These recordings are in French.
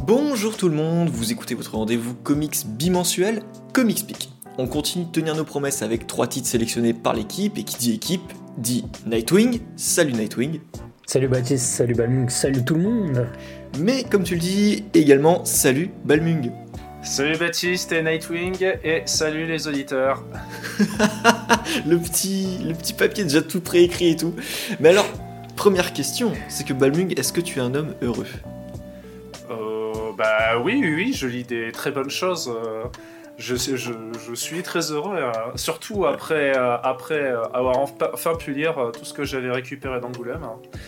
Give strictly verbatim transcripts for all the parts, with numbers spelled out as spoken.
Bonjour tout le monde, vous écoutez votre rendez-vous comics bimensuel, Comicspeak. On continue de tenir nos promesses avec trois titres sélectionnés par l'équipe, et qui dit équipe, dit Nightwing. Salut Nightwing. Salut Baptiste, salut Balmung, salut tout le monde. Mais comme tu le dis, également, salut Balmung. Salut Baptiste et Nightwing, et salut les auditeurs. le, petit, le petit papier déjà tout préécrit et tout. Mais alors, première question, c'est que Balmung, est-ce que tu es un homme heureux ? euh, Bah oui, oui, oui, je lis des très bonnes choses. Euh, je, je, je suis très heureux, euh, surtout après, euh, après euh, avoir enfin pu lire euh, tout ce que j'avais récupéré d'Angoulême.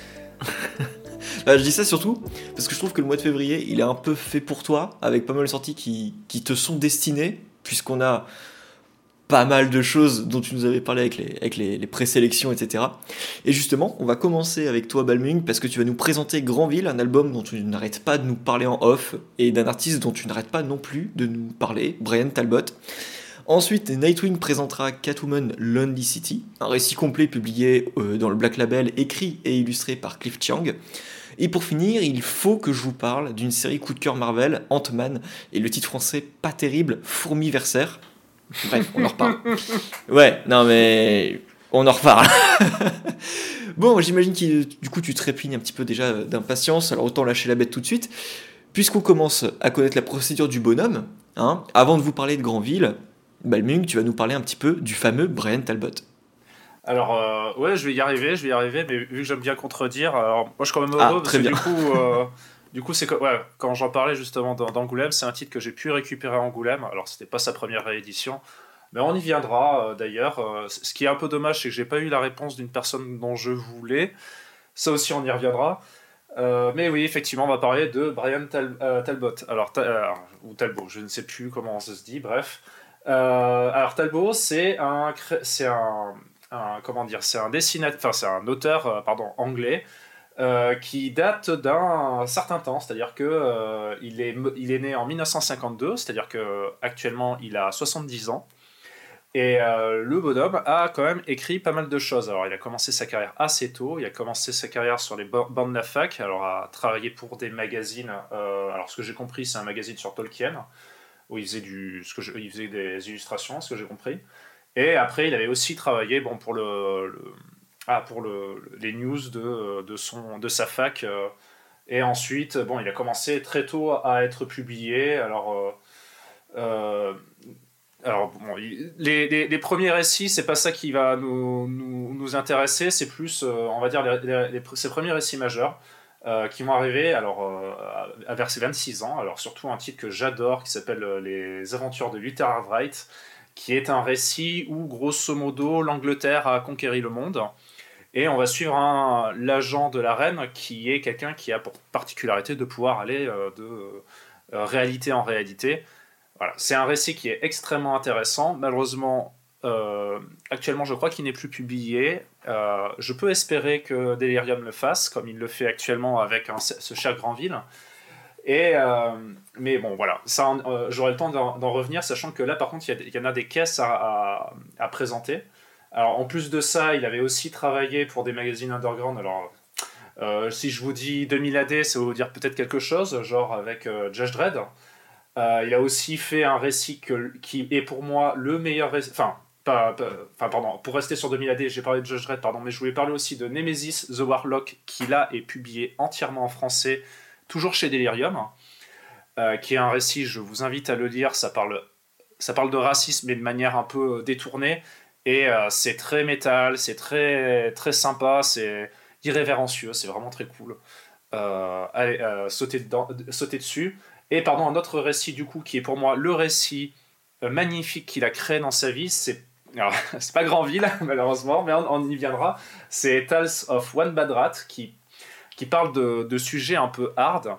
Bah, je dis ça surtout parce que je trouve que le mois de février, il est un peu fait pour toi, avec pas mal de sorties qui, qui te sont destinées, puisqu'on a pas mal de choses dont tu nous avais parlé avec les, avec les, les présélections, et cetera. Et justement, on va commencer avec toi, Balmung, parce que tu vas nous présenter Granville, un album dont tu n'arrêtes pas de nous parler en off, et d'un artiste dont tu n'arrêtes pas non plus de nous parler, Brian Talbot. Ensuite, Nightwing présentera Catwoman Lonely City, un récit complet publié euh, dans le Black Label, écrit et illustré par Cliff Chiang. Et pour finir, il faut que je vous parle d'une série coup de cœur Marvel, Ant-Man, et le titre français pas terrible, Fourmiversaire. Bref, on en reparle. Ouais, non mais on en reparle. Bon, j'imagine que du coup tu te trépignes un petit peu déjà d'impatience, alors autant lâcher la bête tout de suite. Puisqu'on commence à connaître la procédure du bonhomme, hein, avant de vous parler de Granville, Balmung, tu vas nous parler un petit peu du fameux Brian Talbot. Alors, euh, ouais, je vais y arriver, je vais y arriver, mais vu que j'aime bien contredire, alors moi je suis quand même heureux, Ah, parce que bien. du coup, euh, du coup c'est que, ouais, quand j'en parlais justement d'Angoulême, c'est un titre que j'ai pu récupérer à Angoulême, alors c'était pas sa première réédition, mais on y viendra euh, d'ailleurs. Euh, ce qui est un peu dommage, c'est que j'ai pas eu la réponse d'une personne dont je voulais, ça aussi on y reviendra. Euh, mais oui, effectivement, on va parler de Brian Tal- euh, Talbot, alors, ta- euh, ou Talbot, je ne sais plus comment ça se dit, bref. Euh, alors Talbot, c'est un, c'est un Un, comment dire, c'est un dessinateur, enfin c'est un auteur, euh, pardon, anglais, euh, qui date d'un certain temps, c'est-à-dire que euh, il est il est né en dix-neuf cent cinquante-deux, c'est-à-dire que actuellement il a soixante-dix ans, et euh, le bonhomme a quand même écrit pas mal de choses. Alors il a commencé sa carrière assez tôt, il a commencé sa carrière sur les bancs de la fac, alors à travailler pour des magazines. Euh, alors ce que j'ai compris, c'est un magazine sur Tolkien où il faisait du, ce que je, il faisait des illustrations, ce que j'ai compris. Et après, il avait aussi travaillé bon, pour, le, le, ah, pour le, les news de, de, son, de sa fac. Euh, et ensuite, bon, il a commencé très tôt à être publié. Alors, euh, euh, alors bon, il, les, les, les premiers récits, c'est pas ça qui va nous, nous, nous intéresser. C'est plus, euh, on va dire, les, les, les, ces premiers récits majeurs euh, qui vont arriver alors, euh, à, vers ses vingt-six ans. Alors, surtout un titre que j'adore qui s'appelle Les Aventures de Luther Wright, qui est un récit où, grosso modo, l'Angleterre a conquéri le monde. Et on va suivre un, l'agent de la reine, qui est quelqu'un qui a pour particularité de pouvoir aller euh, de euh, réalité en réalité. Voilà. C'est un récit qui est extrêmement intéressant. Malheureusement, euh, actuellement, je crois qu'il n'est plus publié. Euh, je peux espérer que Delirium le fasse, comme il le fait actuellement avec un, ce cher Granville. Et, euh, mais bon, voilà, ça, euh, j'aurai le temps d'en, d'en revenir, sachant que là, par contre, il y, y en a des caisses à, à, à présenter. Alors, en plus de ça, il avait aussi travaillé pour des magazines underground. Alors, euh, si je vous dis deux mille A D, ça va vous dire peut-être quelque chose, genre avec euh, Judge Dredd. Euh, il a aussi fait un récit que, qui est pour moi le meilleur récit. Enfin, pas, pas, enfin, pardon, pour rester sur deux mille A D, j'ai parlé de Judge Dredd, pardon, mais je voulais parler aussi de Nemesis The Warlock, qui là est publié entièrement en français, toujours chez Delirium, euh, qui est un récit, je vous invite à le lire, ça parle, ça parle de racisme, mais de manière un peu détournée, et euh, c'est très métal, c'est très, très sympa, c'est irrévérencieux, c'est vraiment très cool. Euh, allez, euh, sautez, dedans, sautez dessus. Et pardon, un autre récit du coup, qui est pour moi le récit euh, magnifique qu'il a créé dans sa vie, c'est, alors, c'est pas Granville, malheureusement, mais on, on y viendra, c'est Tales of One Bad Rat, qui qui parle de, de sujets un peu hard,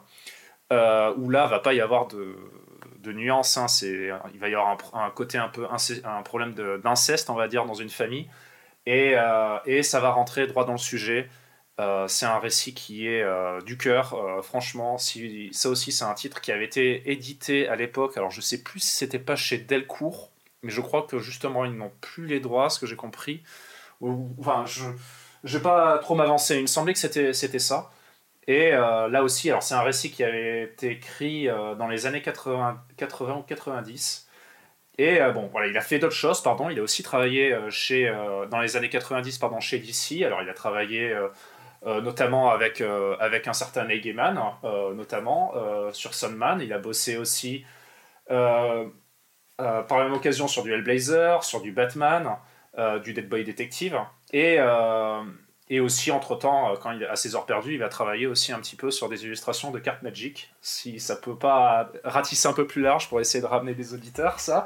euh, où là, il ne va pas y avoir de, de nuances, hein, c'est, il va y avoir un, un côté un peu, un problème de, d'inceste, on va dire, dans une famille, et, euh, et ça va rentrer droit dans le sujet. Euh, c'est un récit qui est euh, du cœur, euh, franchement, si, ça aussi, c'est un titre qui avait été édité à l'époque, alors je ne sais plus si c'était pas chez Delcourt, mais je crois que justement, ils n'ont plus les droits, ce que j'ai compris, ou, enfin, je... Je vais pas trop m'avancer, il me semblait que c'était, c'était ça. Et euh, là aussi, alors c'est un récit qui avait été écrit euh, dans les années quatre-vingts, quatre-vingts ou quatre-vingt-dix. Et euh, bon, voilà, il a fait d'autres choses, pardon. Il a aussi travaillé euh, chez, euh, dans les années quatre-vingt-dix, pardon, chez D C. Alors il a travaillé euh, euh, notamment avec, euh, avec un certain Neil Gaiman, euh, notamment euh, sur Sandman. Il a bossé aussi euh, euh, par la même occasion sur du Hellblazer, sur du Batman, euh, du Dead Boy Detective. Et, euh, et aussi, entre-temps, euh, quand il, à ses heures perdues, il va travailler aussi un petit peu sur des illustrations de cartes Magic. Si ça peut pas ratisser un peu plus large pour essayer de ramener des auditeurs, ça.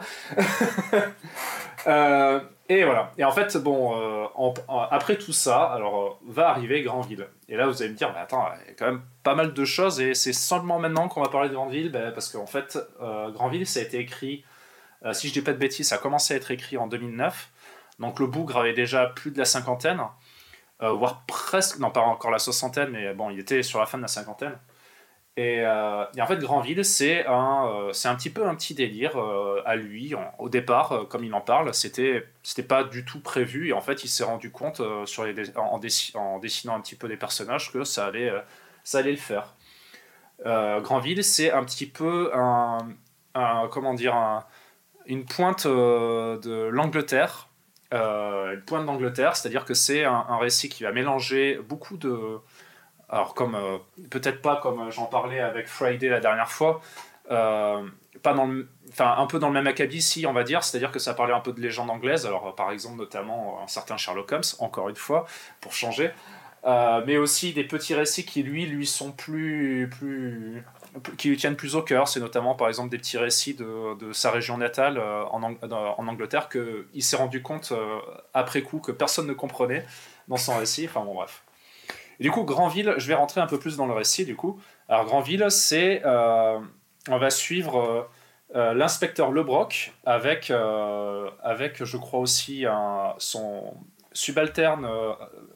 euh, et voilà. Et en fait, bon, euh, en, en, après tout ça, alors euh, va arriver Granville. Et là, vous allez me dire, bah, attends, il y a quand même pas mal de choses, et c'est seulement maintenant qu'on va parler de Granville, bah, parce qu'en fait, euh, Granville, ça a été écrit, euh, si je dis pas de bêtises, ça a commencé à être écrit en deux mille neuf. Donc le bougre avait déjà plus de la cinquantaine. Euh, voire presque, non pas encore la soixantaine, mais bon, il était sur la fin de la cinquantaine. Et, euh, et en fait, Granville, c'est un, euh, c'est un petit peu un petit délire euh, à lui. En, au départ, euh, comme il en parle, c'était, c'était pas du tout prévu. Et en fait, il s'est rendu compte euh, sur les, en, dessi- en dessinant un petit peu des personnages que ça allait, euh, ça allait le faire. Euh, Granville, c'est un petit peu un, un comment dire, un, une pointe euh, de l'Angleterre. Euh, une pointe d'Angleterre, c'est-à-dire que c'est un, un récit qui va mélanger beaucoup de... Alors, comme, euh, peut-être pas comme j'en parlais avec Friday la dernière fois, euh, pas dans le, enfin, un peu dans le même acabit, si, on va dire, c'est-à-dire que ça parlait un peu de légendes anglaises, alors par exemple, notamment un certain Sherlock Holmes, encore une fois, pour changer, euh, mais aussi des petits récits qui, lui, lui sont plus... plus qui lui tiennent plus au cœur, c'est notamment par exemple des petits récits de, de sa région natale euh, en, Ang- en Angleterre qu'il s'est rendu compte euh, après coup que personne ne comprenait dans son récit, enfin bon bref. Et du coup, Granville, je vais rentrer un peu plus dans le récit du coup. Alors Granville, c'est... Euh, on va suivre euh, euh, l'inspecteur Lebrock avec, euh, avec, je crois aussi, un, son subalterne, euh,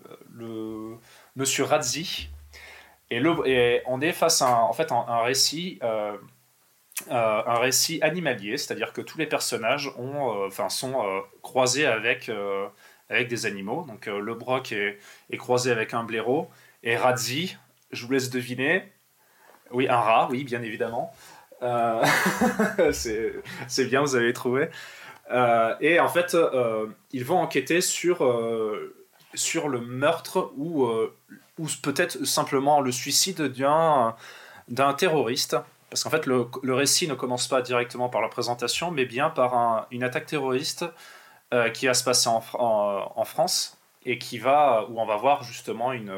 le monsieur Razzi. Et, le, et on est face à un, en fait, un, un récit... Euh, euh, un récit animalier, c'est-à-dire que tous les personnages ont, euh, enfin, sont euh, croisés avec, euh, avec des animaux. Donc euh, le Broc est, est croisé avec un blaireau, et Radzi, je vous laisse deviner, oui, un rat, oui, bien évidemment. Euh, c'est, c'est bien, vous avez trouvé. Euh, et en fait, euh, ils vont enquêter sur, euh, sur le meurtre ou, euh, ou peut-être simplement le suicide d'un, d'un terroriste. Parce qu'en fait, le, le récit ne commence pas directement par la présentation, mais bien par un, une attaque terroriste euh, qui va se passer en, en, en France et qui va, où on va voir justement une,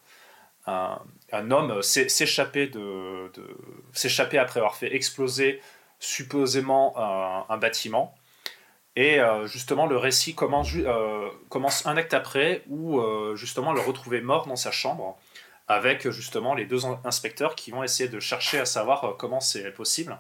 un, un homme s'échapper, de, de, s'échapper après avoir fait exploser supposément un, un bâtiment. Et euh, justement, le récit commence, euh, commence un acte après, où euh, justement le retrouver mort dans sa chambre, avec justement les deux inspecteurs qui vont essayer de chercher à savoir euh, comment c'est possible.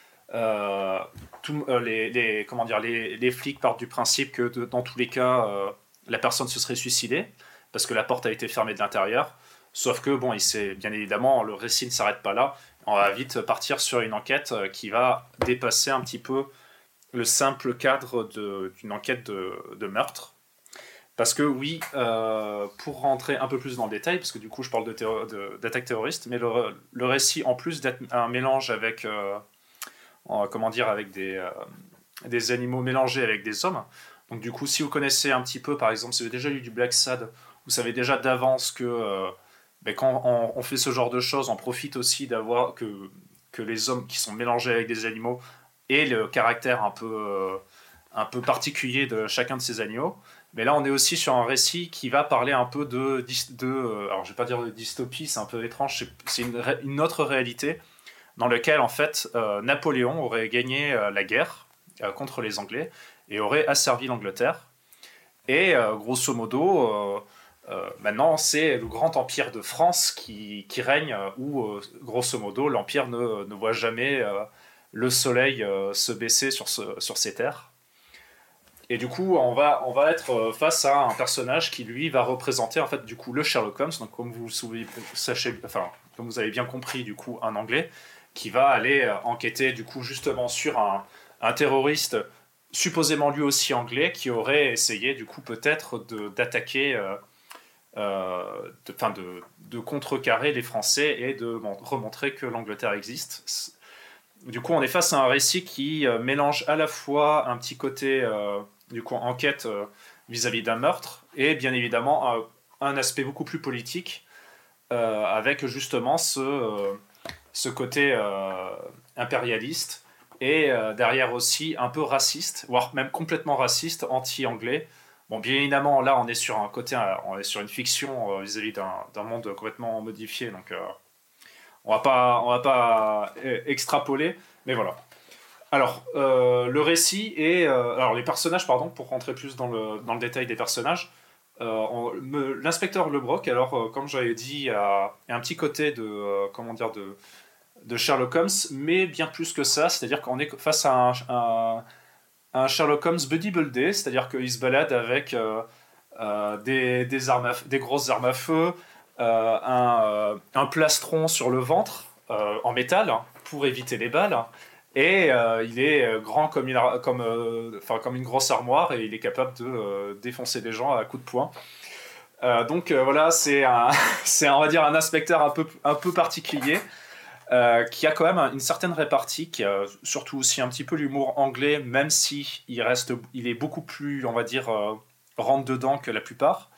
Euh, tout, euh, les, les, comment dire, les, les flics partent du principe que de, dans tous les cas, euh, la personne se serait suicidée, parce que la porte a été fermée de l'intérieur. Sauf que, bon, il s'est, bien évidemment, le récit ne s'arrête pas là. On va vite partir sur une enquête qui va dépasser un petit peu le simple cadre de, d'une enquête de, de meurtre. Parce que oui, euh, pour rentrer un peu plus dans le détail, parce que du coup je parle de théo- de, d'attaque terroriste, mais le, le récit, en plus d'être un mélange avec, euh, en- comment dire, avec des, euh, des animaux mélangés avec des hommes, donc du coup si vous connaissez un petit peu, par exemple, si vous avez déjà lu du Black Sad, vous savez déjà d'avance que euh, ben, quand on, on fait ce genre de choses, on profite aussi d'avoir que, que les hommes qui sont mélangés avec des animaux aient le caractère un peu, euh, un peu particulier de chacun de ces animaux. Mais là, on est aussi sur un récit qui va parler un peu de... de euh, alors, je vais pas dire de dystopie, c'est un peu étrange, c'est, c'est une, ré- une autre réalité dans laquelle, en fait, euh, Napoléon aurait gagné euh, la guerre euh, contre les Anglais et aurait asservi l'Angleterre. Et, euh, grosso modo, euh, euh, maintenant, c'est le grand empire de France qui, qui règne, euh, où, euh, grosso modo, l'empire ne, ne voit jamais euh, le soleil euh, se baisser sur, ce, sur ses terres. Et du coup, on va, on va être face à un personnage qui, lui, va représenter, en fait, du coup, le Sherlock Holmes, donc comme vous, savez, sachez, enfin, comme vous avez bien compris, du coup, un Anglais, qui va aller euh, enquêter, du coup, justement, sur un, un terroriste, supposément lui aussi anglais, qui aurait essayé, du coup, peut-être de, d'attaquer, euh, euh, de, enfin de, de contrecarrer les Français et de remontrer que l'Angleterre existe. Du coup, on est face à un récit qui euh, mélange à la fois un petit côté euh, du coup, enquête euh, vis-à-vis d'un meurtre et bien évidemment un, un aspect beaucoup plus politique euh, avec justement ce, euh, ce côté euh, impérialiste et euh, derrière aussi un peu raciste, voire même complètement raciste, anti-anglais. Bon, bien évidemment, là, on est sur un côté, on est sur une fiction euh, vis-à-vis d'un, d'un monde complètement modifié, donc euh, on va pas, on va pas euh, extrapoler, mais voilà. Alors, euh, le récit et euh, alors les personnages, pardon, pour rentrer plus dans le dans le détail des personnages. Euh, on- me- l'inspecteur Lebrock, alors euh, comme j'avais dit, a, a un petit côté de euh, comment dire de de Sherlock Holmes, mais bien plus que ça, c'est-à-dire qu'on est face à un, un, un Sherlock Holmes buddy buildé, c'est-à-dire qu'il se balade avec euh, euh, des, des, armes à, des grosses armes à feu, euh, un, euh, un plastron sur le ventre euh, en métal pour éviter les balles, et euh, il est grand comme une, comme, euh, enfin, comme une grosse armoire et il est capable de euh, défoncer des gens à coups de poing. Euh, donc euh, voilà, c'est un, c'est on va dire un inspecteur un peu, un peu particulier. Euh, qui a quand même une certaine répartie, qui a surtout aussi un petit peu l'humour anglais, même si il reste, il est beaucoup plus, on va dire, euh, rentre dedans que la plupart.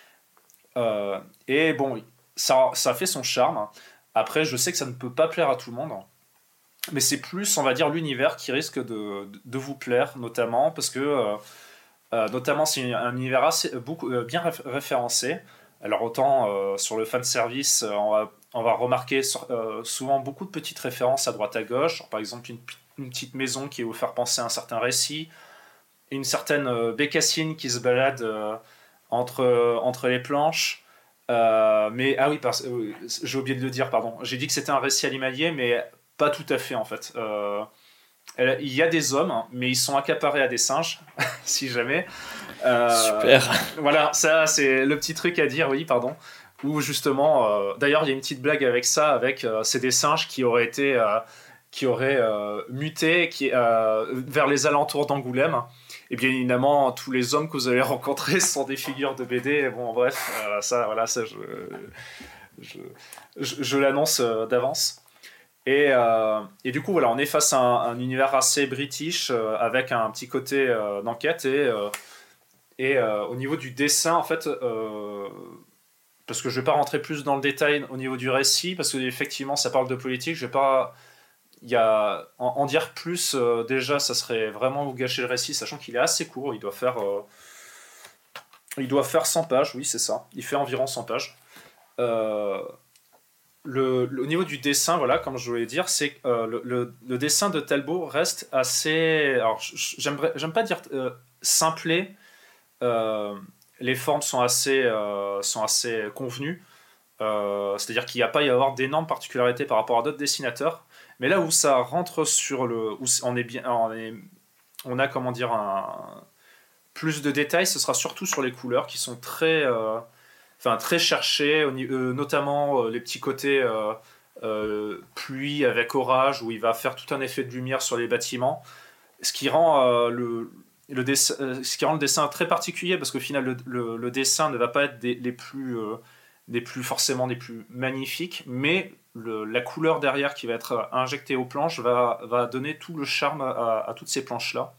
Euh, et bon, ça, ça fait son charme. Après, je sais que ça ne peut pas plaire à tout le monde, mais c'est plus, on va dire, l'univers qui risque de, de vous plaire, notamment parce que, euh, euh, notamment, c'est un univers assez, beaucoup, euh, bien réf- référencé. Alors autant euh, sur le fan service, euh, on va on va remarquer euh, souvent beaucoup de petites références à droite à gauche. Genre, par exemple, une, une petite maison qui va vous faire penser à un certain récit, une certaine euh, bécassine qui se balade euh, entre, euh, entre les planches. Euh, mais, ah oui, parce, euh, j'ai oublié de le dire, pardon. J'ai dit que c'était un récit animalier, mais pas tout à fait en fait. Euh, elle- il y a des hommes, hein, mais ils sont accaparés à des singes, si jamais. Euh, Super. Voilà, ça c'est le petit truc à dire, oui, pardon. Où justement, euh, d'ailleurs, il y a une petite blague avec ça, avec euh, c'est des singes qui auraient été, euh, qui auraient euh, muté, qui euh, vers les alentours d'Angoulême. Et bien évidemment, tous les hommes que vous allez rencontrer sont des figures de B D. Bon, bref, euh, ça, voilà, ça, je, je, je, je l'annonce euh, d'avance. Et, euh, et du coup, voilà, on est face à un, un univers assez british euh, avec un petit côté euh, d'enquête et euh, et euh, au niveau du dessin, en fait, euh, parce que je vais pas rentrer plus dans le détail au niveau du récit, parce que effectivement, ça parle de politique. Je vais pas, il y a en, en dire plus. Euh, déjà, ça serait vraiment vous gâcher le récit, sachant qu'il est assez court. Il doit faire, euh, il doit faire cent pages. Oui, c'est ça. Il fait environ cent pages. Euh, le, le- au niveau du dessin, voilà, comme je voulais dire, c'est euh, le, le, le dessin de Talbot reste assez. Alors, j'aimerais, j'aime pas dire euh, simplé. Euh, les formes sont assez, euh, sont assez convenues. Euh, c'est-à-dire qu'il n'y a pas à y avoir d'énormes particularités par rapport à d'autres dessinateurs. Mais là où ça rentre sur le. Où on, est bien, on, est, on a comment dire un, plus de détails, ce sera surtout sur les couleurs qui sont très, euh, enfin, très cherchées, au ni- euh, notamment euh, les petits côtés euh, euh, pluie avec orage où il va faire tout un effet de lumière sur les bâtiments. Ce qui rend euh, le, le dessin, euh, ce qui rend le dessin très particulier parce qu'au final le, le, le dessin ne va pas être des, les plus euh, des plus forcément des plus magnifiques, mais le, la couleur derrière qui va être injectée aux planches va, va donner tout le charme à, à toutes ces planches là.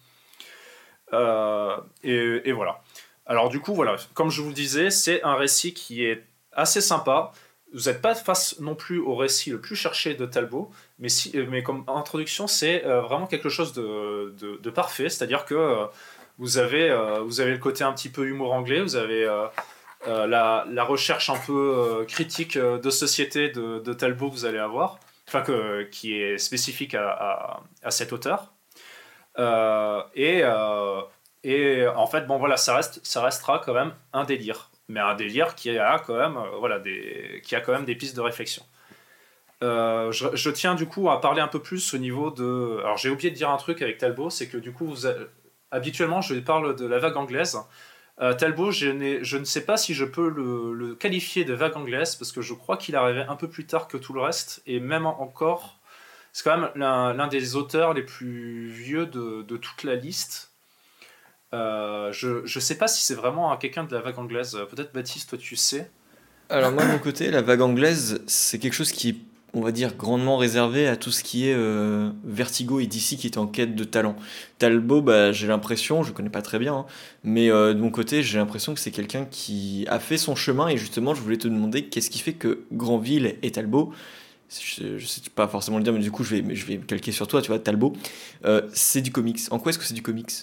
Euh, et, et voilà. Alors du coup voilà, comme je vous le disais, c'est un récit qui est assez sympa. Vous n'êtes pas face non plus au récit le plus cherché de Talbot, mais, si, mais comme introduction, c'est euh, vraiment quelque chose de, de, de parfait. C'est-à-dire que euh, vous, avez, euh, vous avez le côté un petit peu humour anglais, vous avez euh, euh, la, la recherche un peu euh, critique euh, de société de, de Talbot que vous allez avoir, enfin que, qui est spécifique à, à, à cet auteur. Euh, et, euh, et en fait, bon voilà, ça, reste, ça restera quand même un délire. Mais un délire qui a quand même, euh, voilà, des, qui a quand même des pistes de réflexion. Euh, je, je tiens du coup à parler un peu plus au niveau de. Alors j'ai oublié de dire un truc avec Talbot, c'est que du coup, vous a- habituellement, je parle de la vague anglaise. Euh, Talbot, je, n'ai- je ne sais pas si je peux le, le qualifier de vague anglaise, parce que je crois qu'il arrivait un peu plus tard que tout le reste, et même en- encore, c'est quand même l'un, l'un des auteurs les plus vieux de, de toute la liste. Euh, je, je sais pas si c'est vraiment quelqu'un de la vague anglaise. Peut-être Baptiste, toi tu sais. Alors moi de mon côté, la vague anglaise, c'est quelque chose qui est, on va dire, grandement réservé à tout ce qui est euh, Vertigo et D C qui est en quête de talent. Talbot, bah, j'ai l'impression, je connais pas très bien, hein, mais euh, de mon côté, j'ai l'impression que c'est quelqu'un qui a fait son chemin et justement, je voulais te demander qu'est-ce qui fait que Granville et Talbot, je, je sais pas forcément le dire, mais du coup, je vais, je vais me calquer sur toi, tu vois, Talbot, euh, c'est du comics. En quoi est-ce que c'est du comics?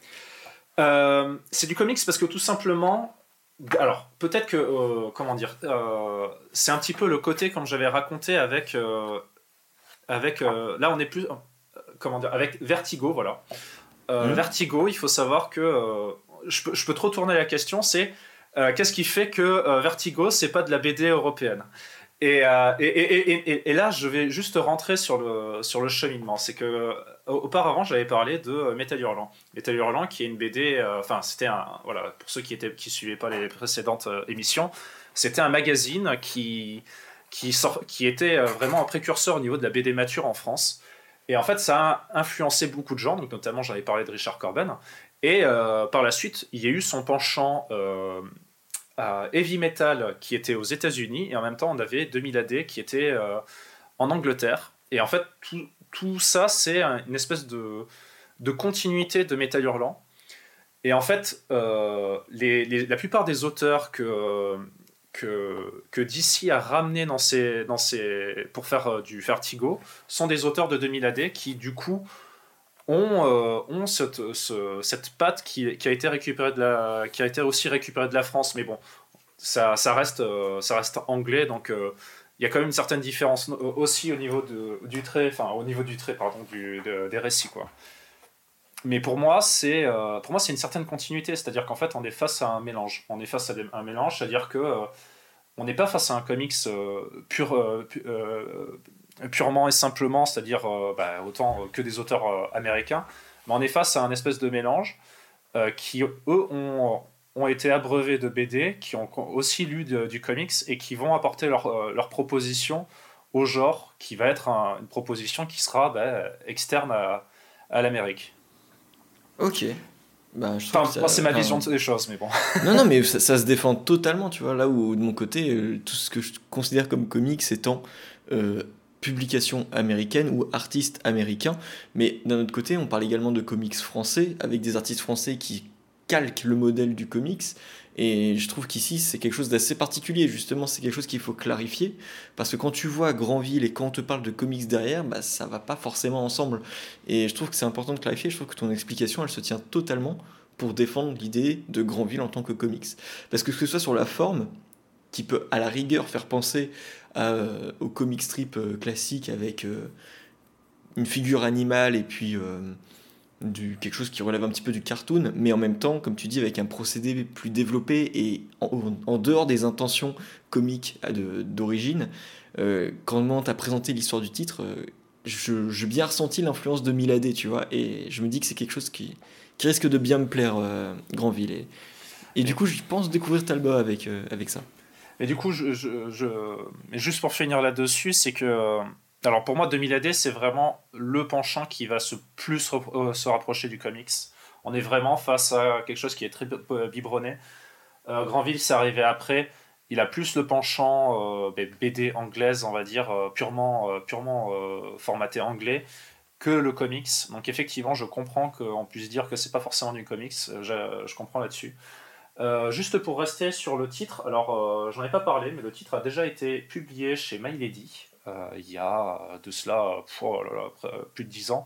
Euh, c'est du comics parce que tout simplement. Alors, peut-être que. Euh, comment dire euh, c'est un petit peu le côté, comme j'avais raconté avec. euh, avec euh, là, on est plus. euh, comment dire Avec Vertigo, voilà. Euh, Hmm. Vertigo, il faut savoir que. euh, je, peux, je peux trop tourner la question, c'est. euh, qu'est-ce qui fait que euh, Vertigo, c'est pas de la B D européenne? Et, euh, et, et, et, et- et là, je vais juste rentrer sur le, sur le cheminement. C'est que euh, auparavant, j'avais parlé de euh, Métal Hurlant. Métal Hurlant, qui est une B D. euh, Enfin, c'était un. Voilà, pour ceux qui étaient qui suivaient pas les précédentes euh, émissions, c'était un magazine qui qui sort, qui était euh, vraiment un précurseur au niveau de la B D mature en France. Et en fait, ça a influencé beaucoup de gens. Donc, notamment, j'avais parlé de Richard Corben. Et euh, par la suite, il y a eu son penchant. Euh, à Heavy Metal qui était aux États-Unis et en même temps on avait deux mille A D qui était euh, en Angleterre. Et en fait, tout, tout ça, c'est un- une espèce de, de continuité de Metal Hurlant. Et en fait, euh, les, les- la plupart des auteurs que, que, que D C a ramenés dans ses, dans ses, pour faire euh, du Vertigo sont des auteurs de deux mille A D qui, du coup, ont, euh, ont cette, ce- cette patte qui, qui a été récupérée de la, qui a été aussi récupérée de la France. Mais bon, ça, ça, reste, euh, ça reste anglais, donc euh, il y a quand même une certaine différence no- aussi au niveau de, du trait, enfin au niveau du trait, pardon, du, de- des récits, quoi. Mais pour moi, c'est euh, pour moi c'est une certaine continuité, c'est-à-dire qu'en fait on est face à un mélange, on est face à des- un mélange, c'est-à-dire que euh, on n'est pas face à un comics euh, pur, euh, pu- euh, purement et simplement, c'est-à-dire euh, bah, autant que des auteurs euh, américains, mais on est face à un espèce de mélange euh, qui, eux, ont, ont été abreuvés de B D, qui ont aussi lu de- du comics et qui vont apporter leur, euh, leur proposition au genre, qui va être un- une proposition qui sera bah, externe à, à l'Amérique. Ok. Bah, je trouve que Enfin, moi, c'est ça. ma vision Enfin, des choses, mais bon. non, non, mais ça, ça se défend totalement, tu vois. Là où, de mon côté, euh, tout ce que je considère comme comics étant euh, publication américaine ou artiste américain. Mais d'un autre côté, on parle également de comics français, avec des artistes français qui calquent le modèle du comics. Et je trouve qu'ici, c'est quelque chose d'assez particulier. Justement, c'est quelque chose qu'il faut clarifier. Parce que quand tu vois Granville et quand on te parle de comics derrière, bah, ça va pas forcément ensemble. Et je trouve que c'est important de clarifier. Je trouve que ton explication, elle se tient totalement pour défendre l'idée de Granville en tant que comics. Parce que que ce soit sur la forme, qui peut à la rigueur faire penser à, euh, au comic strip euh, classique avec euh, une figure animale et puis euh, du, quelque chose qui relève un petit peu du cartoon, mais en même temps, comme tu dis, avec un procédé plus développé et en, en dehors des intentions comiques à de- d'origine, euh, quand tu as présenté l'histoire du titre, euh, je- j'ai bien ressenti l'influence de Miladé, tu vois, et je me dis que c'est quelque chose qui, qui risque de bien me plaire, euh, Granville. Et, et du Mais, coup, je pense découvrir Talbot avec, euh, avec ça. mais du coup, je, je, je- mais juste pour finir là-dessus, c'est que. euh, Alors pour moi, deux mille A D, c'est vraiment le penchant qui va se plus repro- euh, se rapprocher du comics. On est vraiment face à quelque chose qui est très bi- biberonné. Euh, Granville, c'est arrivé après. Il a plus le penchant euh, B D anglaise, on va dire, euh, purement, euh, purement euh, formaté anglais, que le comics. Donc effectivement, je comprends qu'on puisse dire que c'est pas forcément du comics. Euh, Je, je comprends là-dessus. Euh, juste pour rester sur le titre, alors euh, j'en ai pas parlé, mais le titre a déjà été publié chez My Lady euh, il y a de cela euh, pff, oh là là, près- plus de dix ans.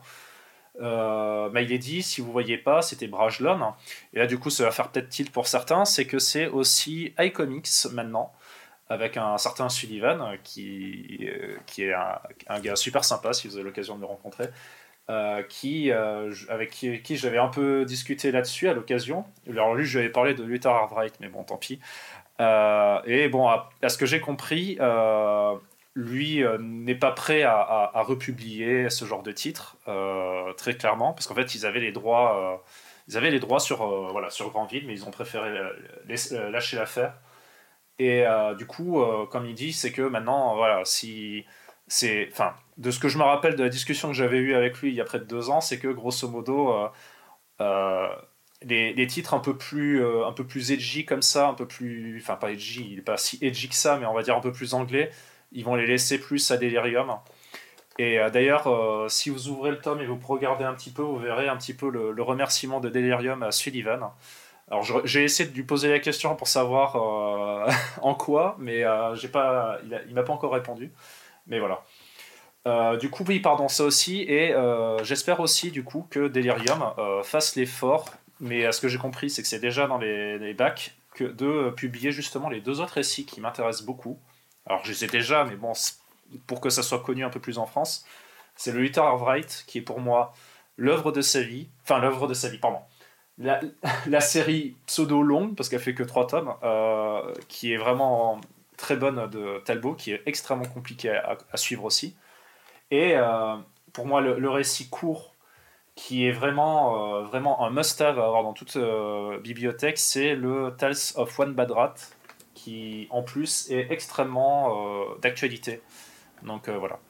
Euh, My Lady, si vous voyez pas, c'était Brajlon. Et là, du coup, ça va faire peut-être tilt pour certains, c'est que c'est aussi iComics maintenant, avec un certain Sullivan, euh, qui, euh, qui est un, un gars super sympa, si vous avez l'occasion de le rencontrer, euh, qui, euh, j- avec qui, qui j'avais un peu discuté là-dessus à l'occasion. Alors lui, je lui avais parlé de Luther Arkwright, mais bon, tant pis. Euh, et bon, à, à ce que j'ai compris, euh, lui euh, n'est pas prêt à, à- à republier ce genre de titre, euh, très clairement, parce qu'en fait, ils avaient les droits, euh, ils avaient les droits sur, euh, voilà, sur Granville, mais ils ont préféré euh, laisser- euh, lâcher l'affaire. Et euh, du coup, euh, comme il dit, c'est que maintenant, voilà, si c'est, enfin, de ce que je me rappelle de la discussion que j'avais eue avec lui il y a près de deux ans, c'est que grosso modo, euh, euh, les, les titres un peu plus euh, un peu plus edgy comme ça, un peu plus, enfin pas edgy, il est pas si edgy que ça, mais on va dire un peu plus anglais. Ils vont les laisser plus à Delirium. Et euh, d'ailleurs, euh, si vous ouvrez le tome et vous regardez un petit peu, vous verrez un petit peu le, le remerciement de Delirium à Sullivan. Alors je- j'ai essayé de lui poser la question pour savoir euh, en quoi, mais euh, j'ai pas, il, a- il m'a pas encore répondu. Mais voilà. Euh, du coup, oui, pardon, ça aussi. Et euh, j'espère aussi, du coup, que Delirium euh, fasse l'effort. Mais à ce que j'ai compris, c'est que c'est déjà dans les, les bacs que de euh, publier justement les deux autres récits qui m'intéressent beaucoup. Alors, je les ai déjà, mais bon, c'est- pour que ça soit connu un peu plus en France, c'est le Luther Wright qui est pour moi l'œuvre de sa vie. Enfin, l'œuvre de sa vie, pardon. La, la série pseudo longue, parce qu'elle fait que trois tomes, euh, qui est vraiment très bonne de Talbot, qui est extrêmement compliquée à, à suivre aussi. Et euh, pour moi, le, le récit court, qui est vraiment, euh, vraiment un must-have à avoir dans toute euh, bibliothèque, c'est le Tales of One Bad Rat, qui en plus est extrêmement euh, d'actualité. Donc euh, voilà.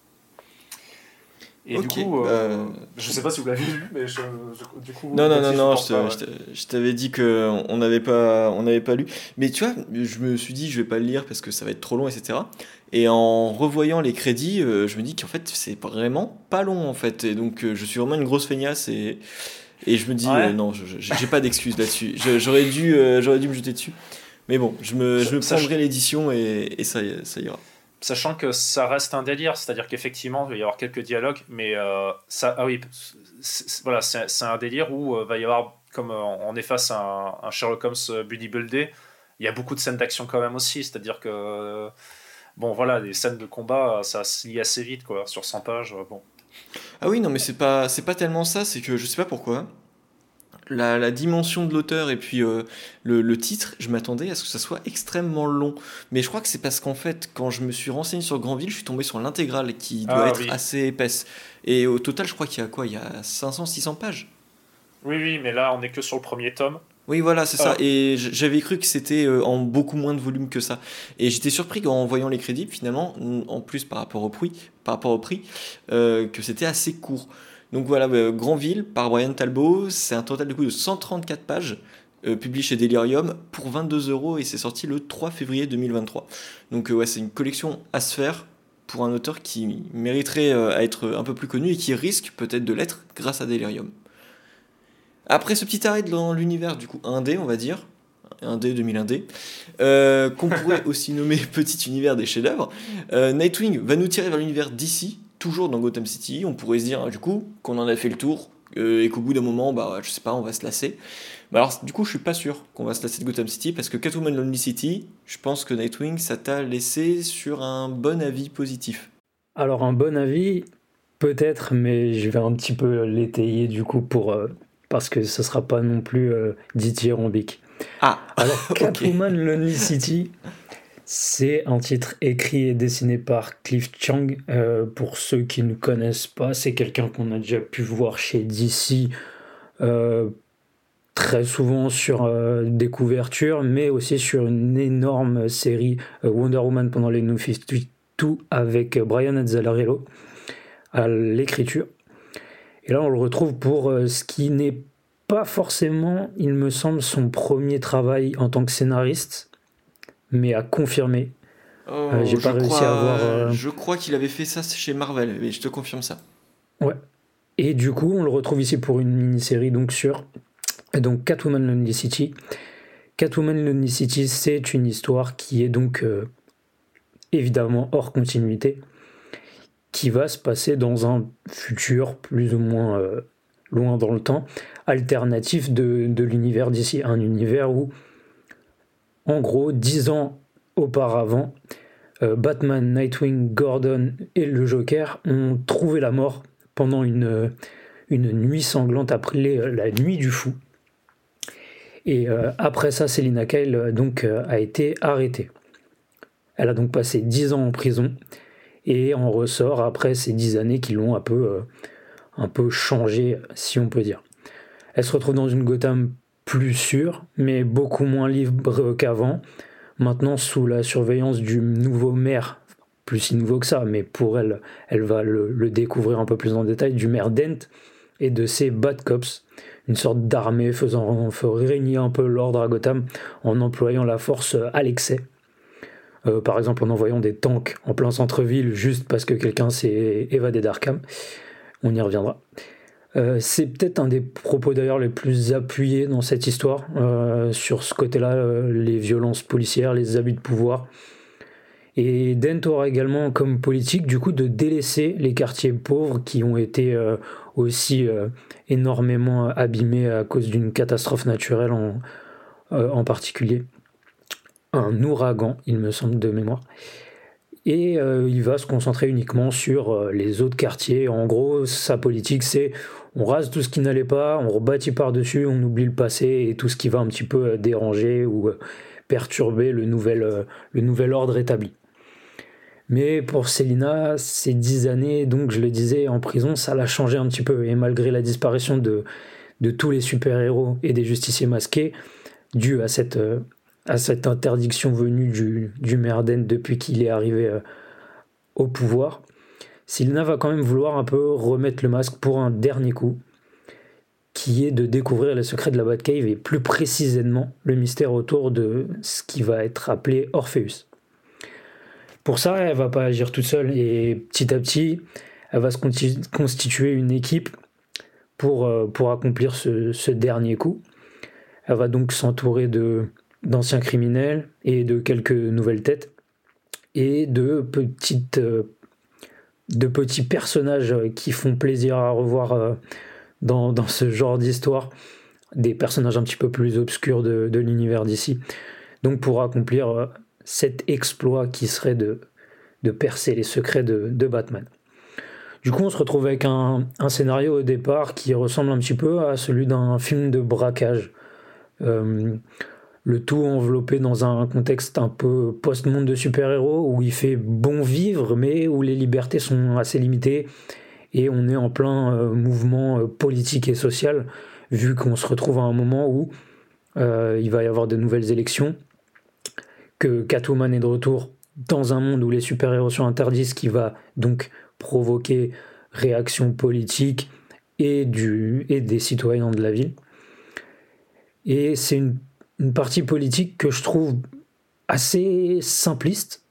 Et Ok, du coup, bah... euh, je sais pas si vous l'avez lu, mais je, je- du coup, Non, non, non, Baptiste, je non, je pense pas. te- Ouais. je te- je t'avais dit que on n'avait pas, on n'avait pas lu. Mais tu vois, je me suis dit, je vais pas le lire parce que ça va être trop long, et cetera. Et en revoyant les crédits, euh, je me dis qu'en fait, c'est vraiment pas long, en fait. Et donc, euh, je suis vraiment une grosse feignasse et, et je me dis, euh, Ouais. non, je- je- j'ai pas d'excuses là-dessus. Je- J'aurais dû, euh, j'aurais dû me jeter dessus. Mais bon, je me, je me Sach- prendrai l'édition et, et ça, ça ira. Sachant que ça reste un délire, c'est-à-dire qu'effectivement, il va y avoir quelques dialogues, mais euh, ça, ah oui, c'est- c'est- voilà, c'est c'est un délire où il va y avoir, comme euh, on est face à un, un Sherlock Holmes bodybuildé, il y a beaucoup de scènes d'action quand même aussi, c'est-à-dire que, euh, bon voilà, les scènes de combat, ça se lie assez vite, quoi, sur cent pages, euh, bon. Ah oui, non, mais c'est pas, c'est pas tellement ça, c'est que je sais pas pourquoi. La, la dimension de l'auteur et puis euh, le, le titre, je m'attendais à ce que ça soit extrêmement long. Mais je crois que c'est parce qu'en fait, quand je me suis renseigné sur Granville, je suis tombé sur l'intégrale qui doit Ah être oui, assez épaisse. Et au total, je crois qu'il y a quoi? Il y a cinq cents, six cents pages. oui, oui, mais là, on est que sur le premier tome. Oui, voilà, c'est ça. Alors, Et j- j'avais cru que c'était euh, en beaucoup moins de volume que ça. Et j'étais surpris en voyant les crédits, finalement, n- en plus par rapport au prix, par rapport au prix, euh, que c'était assez court. Donc voilà, euh, Granville par Brian Talbot, c'est un total de coup de cent trente-quatre pages, euh, publié chez Delirium pour vingt-deux euros et c'est sorti le trois février deux mille vingt-trois. Donc euh, ouais, c'est une collection à se faire pour un auteur qui mériterait euh, à être un peu plus connu et qui risque peut-être de l'être grâce à Delirium. Après ce petit arrêt dans l'univers du coup indé, on va dire, indé deux mille un D, euh, qu'on pourrait aussi nommer petit univers des chefs-d'œuvre, euh, Nightwing va nous tirer vers l'univers D C, toujours dans Gotham City. On pourrait se dire du coup qu'on en a fait le tour euh, et qu'au bout d'un moment, bah je sais pas, on va se lasser. Mais alors du coup, je suis pas sûr qu'on va se lasser de Gotham City parce que Catwoman Lonely City, je pense que Nightwing, ça t'a laissé sur un bon avis positif. Alors un bon avis, peut-être, mais je vais un petit peu l'étayer du coup pour euh, parce que ce sera pas non plus euh, dithyrambique. Ah, Alors ok. Catwoman Lonely City, c'est un titre écrit et dessiné par Cliff Chiang. Euh, pour ceux qui ne connaissent pas, c'est quelqu'un qu'on a déjà pu voir chez D C euh, très souvent sur euh, des couvertures, mais aussi sur une énorme série euh, Wonder Woman pendant les New cinquante-deux avec Brian Azzarello à l'écriture. Et là, on le retrouve pour euh, ce qui n'est pas forcément, il me semble, son premier travail en tant que scénariste, mais à confirmer. Oh, Euh, j'ai je pas réussi crois, à avoir. euh, je crois qu'il avait fait ça chez Marvel, mais je te confirme ça. Ouais. Et du coup, on le retrouve ici pour une mini-série donc sur donc Catwoman Lonely City. Catwoman Lonely City, c'est une histoire qui est donc euh, évidemment hors continuité, qui va se passer dans un futur plus ou moins euh, loin dans le temps, alternatif de, de l'univers d'ici. Un univers où, en gros, dix ans auparavant, euh, Batman, Nightwing, Gordon et le Joker ont trouvé la mort pendant une, une nuit sanglante appelée euh, la Nuit du Fou. Et euh, après ça, Selina Kyle euh, donc, euh, a été arrêtée. Elle a donc passé dix ans en prison et en ressort après ces dix années qui l'ont un peu, euh, un peu changé, si on peut dire. Elle se retrouve dans une Gotham plus sûre, mais beaucoup moins libre qu'avant, maintenant sous la surveillance du nouveau maire, plus si nouveau que ça, mais pour elle, elle va le, le découvrir un peu plus en détail, du maire Dent et de ses Bad Cops, une sorte d'armée faisant régner un peu l'ordre à Gotham en employant la force à l'excès. Euh, par exemple en envoyant des tanks en plein centre-ville juste parce que quelqu'un s'est évadé d'Arkham. On y reviendra. Euh, c'est peut-être un des propos d'ailleurs les plus appuyés dans cette histoire, euh, sur ce côté-là, euh, les violences policières, les abus de pouvoir. Et Dent aura également comme politique du coup de délaisser les quartiers pauvres qui ont été euh, aussi euh, énormément abîmés à cause d'une catastrophe naturelle en, euh, en particulier. Un ouragan, il me semble, de mémoire. Et euh, il va se concentrer uniquement sur euh, les autres quartiers. En gros, sa politique, c'est on rase tout ce qui n'allait pas, on rebâtit par-dessus, on oublie le passé et tout ce qui va un petit peu euh, déranger ou euh, perturber le nouvel, euh, le nouvel ordre établi. Mais pour Selina, ces dix années, donc je le disais, en prison, ça l'a changé un petit peu. Et malgré la disparition de, de tous les super-héros et des justiciers masqués, due à cette... Euh, à cette interdiction venue du, du maire Dent depuis qu'il est arrivé euh, au pouvoir, Selina va quand même vouloir un peu remettre le masque pour un dernier coup, qui est de découvrir les secrets de la Batcave et plus précisément le mystère autour de ce qui va être appelé Orpheus. Pour ça, elle va pas agir toute seule et petit à petit, elle va se constituer une équipe pour, euh, pour accomplir ce, ce dernier coup. Elle va donc s'entourer de d'anciens criminels et de quelques nouvelles têtes et de petites euh, de petits personnages qui font plaisir à revoir euh, dans, dans ce genre d'histoire, des personnages un petit peu plus obscurs de, de l'univers d'ici, donc pour accomplir euh, cet exploit qui serait de, de percer les secrets de, de Batman. Du coup on se retrouve avec un, un scénario au départ qui ressemble un petit peu à celui d'un film de braquage, euh, le tout enveloppé dans un contexte un peu post-monde de super-héros où il fait bon vivre mais où les libertés sont assez limitées et on est en plein euh, mouvement euh, politique et social, vu qu'on se retrouve à un moment où euh, il va y avoir de nouvelles élections, que Catwoman est de retour dans un monde où les super-héros sont interdits, ce qui va donc provoquer réaction politique et, du, et des citoyens de la ville. Et c'est une Une partie politique que je trouve assez simpliste,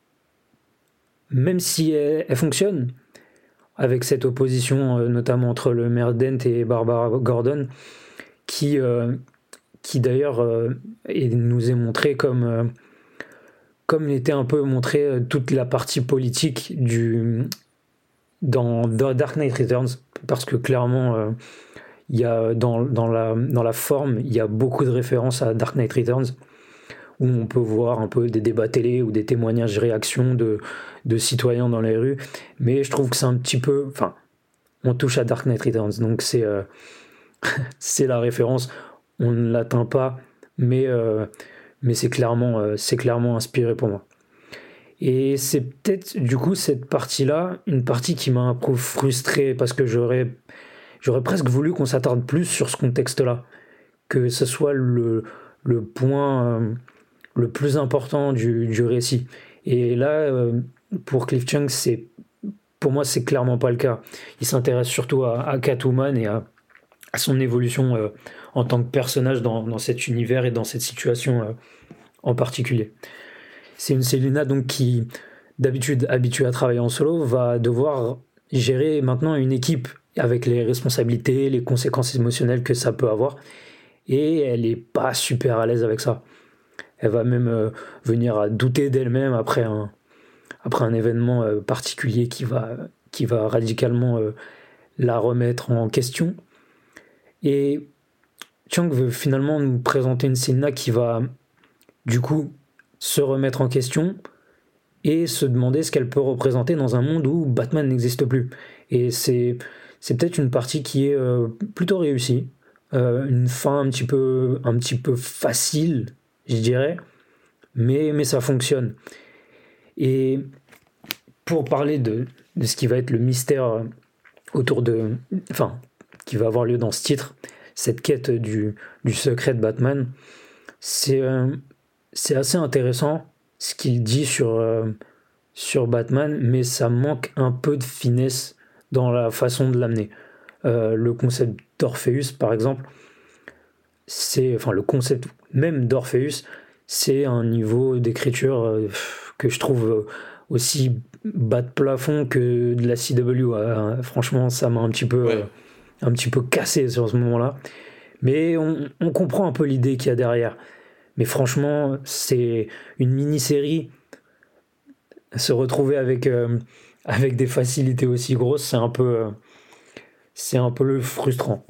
même si elle, elle fonctionne, avec cette opposition euh, notamment entre le maire Dent et Barbara Gordon, qui, euh, qui d'ailleurs euh, est, nous est montré comme, euh, comme il était un peu montré euh, toute la partie politique du, dans The Dark Knight Returns, parce que clairement... Euh, Il y a dans, dans, la, dans la forme, il y a beaucoup de références à Dark Knight Returns, où on peut voir un peu des débats télé ou des témoignages, réactions de, de citoyens dans les rues. Mais je trouve que c'est un petit peu... Enfin, on touche à Dark Knight Returns, donc c'est, euh, c'est la référence. On ne l'atteint pas, mais, euh, mais c'est, clairement, euh, c'est clairement inspiré pour moi. Et c'est peut-être, du coup, cette partie-là, une partie qui m'a un peu frustré, parce que j'aurais... J'aurais presque voulu qu'on s'attarde plus sur ce contexte-là, que ce soit le, le point euh, le plus important du, du récit. Et là, euh, pour Cliff Chiang, c'est, pour moi, c'est clairement pas le cas. Il s'intéresse surtout à, à Catwoman et à, à son évolution euh, en tant que personnage dans, dans cet univers et dans cette situation euh, en particulier. C'est une Selina donc qui, d'habitude habituée à travailler en solo, va devoir gérer maintenant une équipe avec les responsabilités, les conséquences émotionnelles que ça peut avoir. Et elle n'est pas super à l'aise avec ça. Elle va même euh, venir à douter d'elle-même après un, après un événement euh, particulier qui va, qui va radicalement euh, la remettre en question. Et Chiang veut finalement nous présenter une Selina qui va du coup se remettre en question et se demander ce qu'elle peut représenter dans un monde où Batman n'existe plus. Et c'est... C'est peut-être une partie qui est euh, plutôt réussie, euh, une fin un petit peu, un petit peu facile, je dirais, mais, mais ça fonctionne. Et pour parler de, de ce qui va être le mystère autour de... Enfin, qui va avoir lieu dans ce titre, cette quête du, du secret de Batman, c'est, euh, c'est assez intéressant ce qu'il dit sur, euh, sur Batman, mais ça manque un peu de finesse dans la façon de l'amener. Euh, le concept d'Orpheus, par exemple, c'est, enfin, le concept même d'Orpheus, c'est un niveau d'écriture euh, que je trouve aussi bas de plafond que de la C W. Euh, franchement, ça m'a un petit peu, Ouais. euh, un petit peu cassé sur ce moment-là. Mais on, on comprend un peu l'idée qu'il y a derrière. Mais franchement, c'est une mini-série. Se retrouver avec, euh, avec des facilités aussi grosses, c'est un peu, euh, c'est un peu frustrant.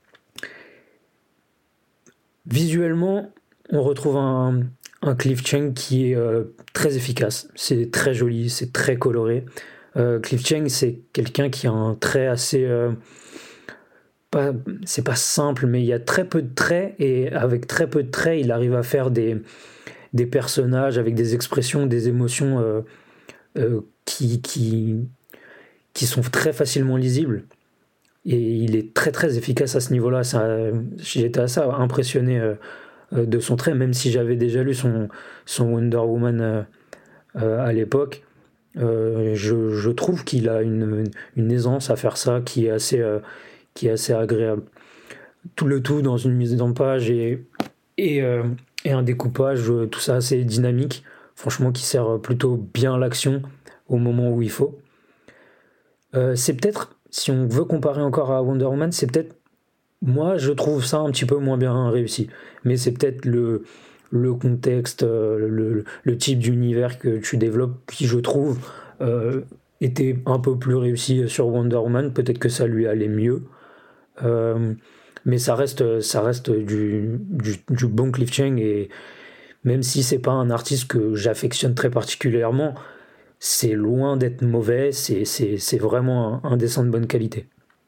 Visuellement, on retrouve un, un Cliff Chiang qui est euh, très efficace. C'est très joli, c'est très coloré. Euh, Cliff Chiang, c'est quelqu'un qui a un trait assez... euh, pas, c'est pas simple, mais il y a très peu de traits, et avec très peu de traits, il arrive à faire des, des personnages avec des expressions, des émotions euh, euh, qui, qui, qui sont très facilement lisibles. Et il est très très efficace à ce niveau-là. Ça, j'étais assez impressionné euh, de son trait, même si j'avais déjà lu son, son Wonder Woman euh, euh, à l'époque. Euh, je, je trouve qu'il a une, une aisance à faire ça qui est assez, euh, qui est assez agréable. Tout le tout dans une mise en page et, et, euh, et un découpage, tout ça assez dynamique, franchement qui sert plutôt bien l'action au moment où il faut. Euh, c'est peut-être, si on veut comparer encore à Wonder Woman, c'est peut-être, moi je trouve ça un petit peu moins bien réussi, mais c'est peut-être le, le contexte, euh, le, le type d'univers que tu développes qui je trouve euh, était un peu plus réussi sur Wonder Woman, peut-être que ça lui allait mieux. Euh, mais ça reste, ça reste du, du, du bon Cliff Chiang, et même si c'est pas un artiste que j'affectionne très particulièrement, c'est loin d'être mauvais, c'est, c'est, c'est vraiment un, un dessin de bonne qualité.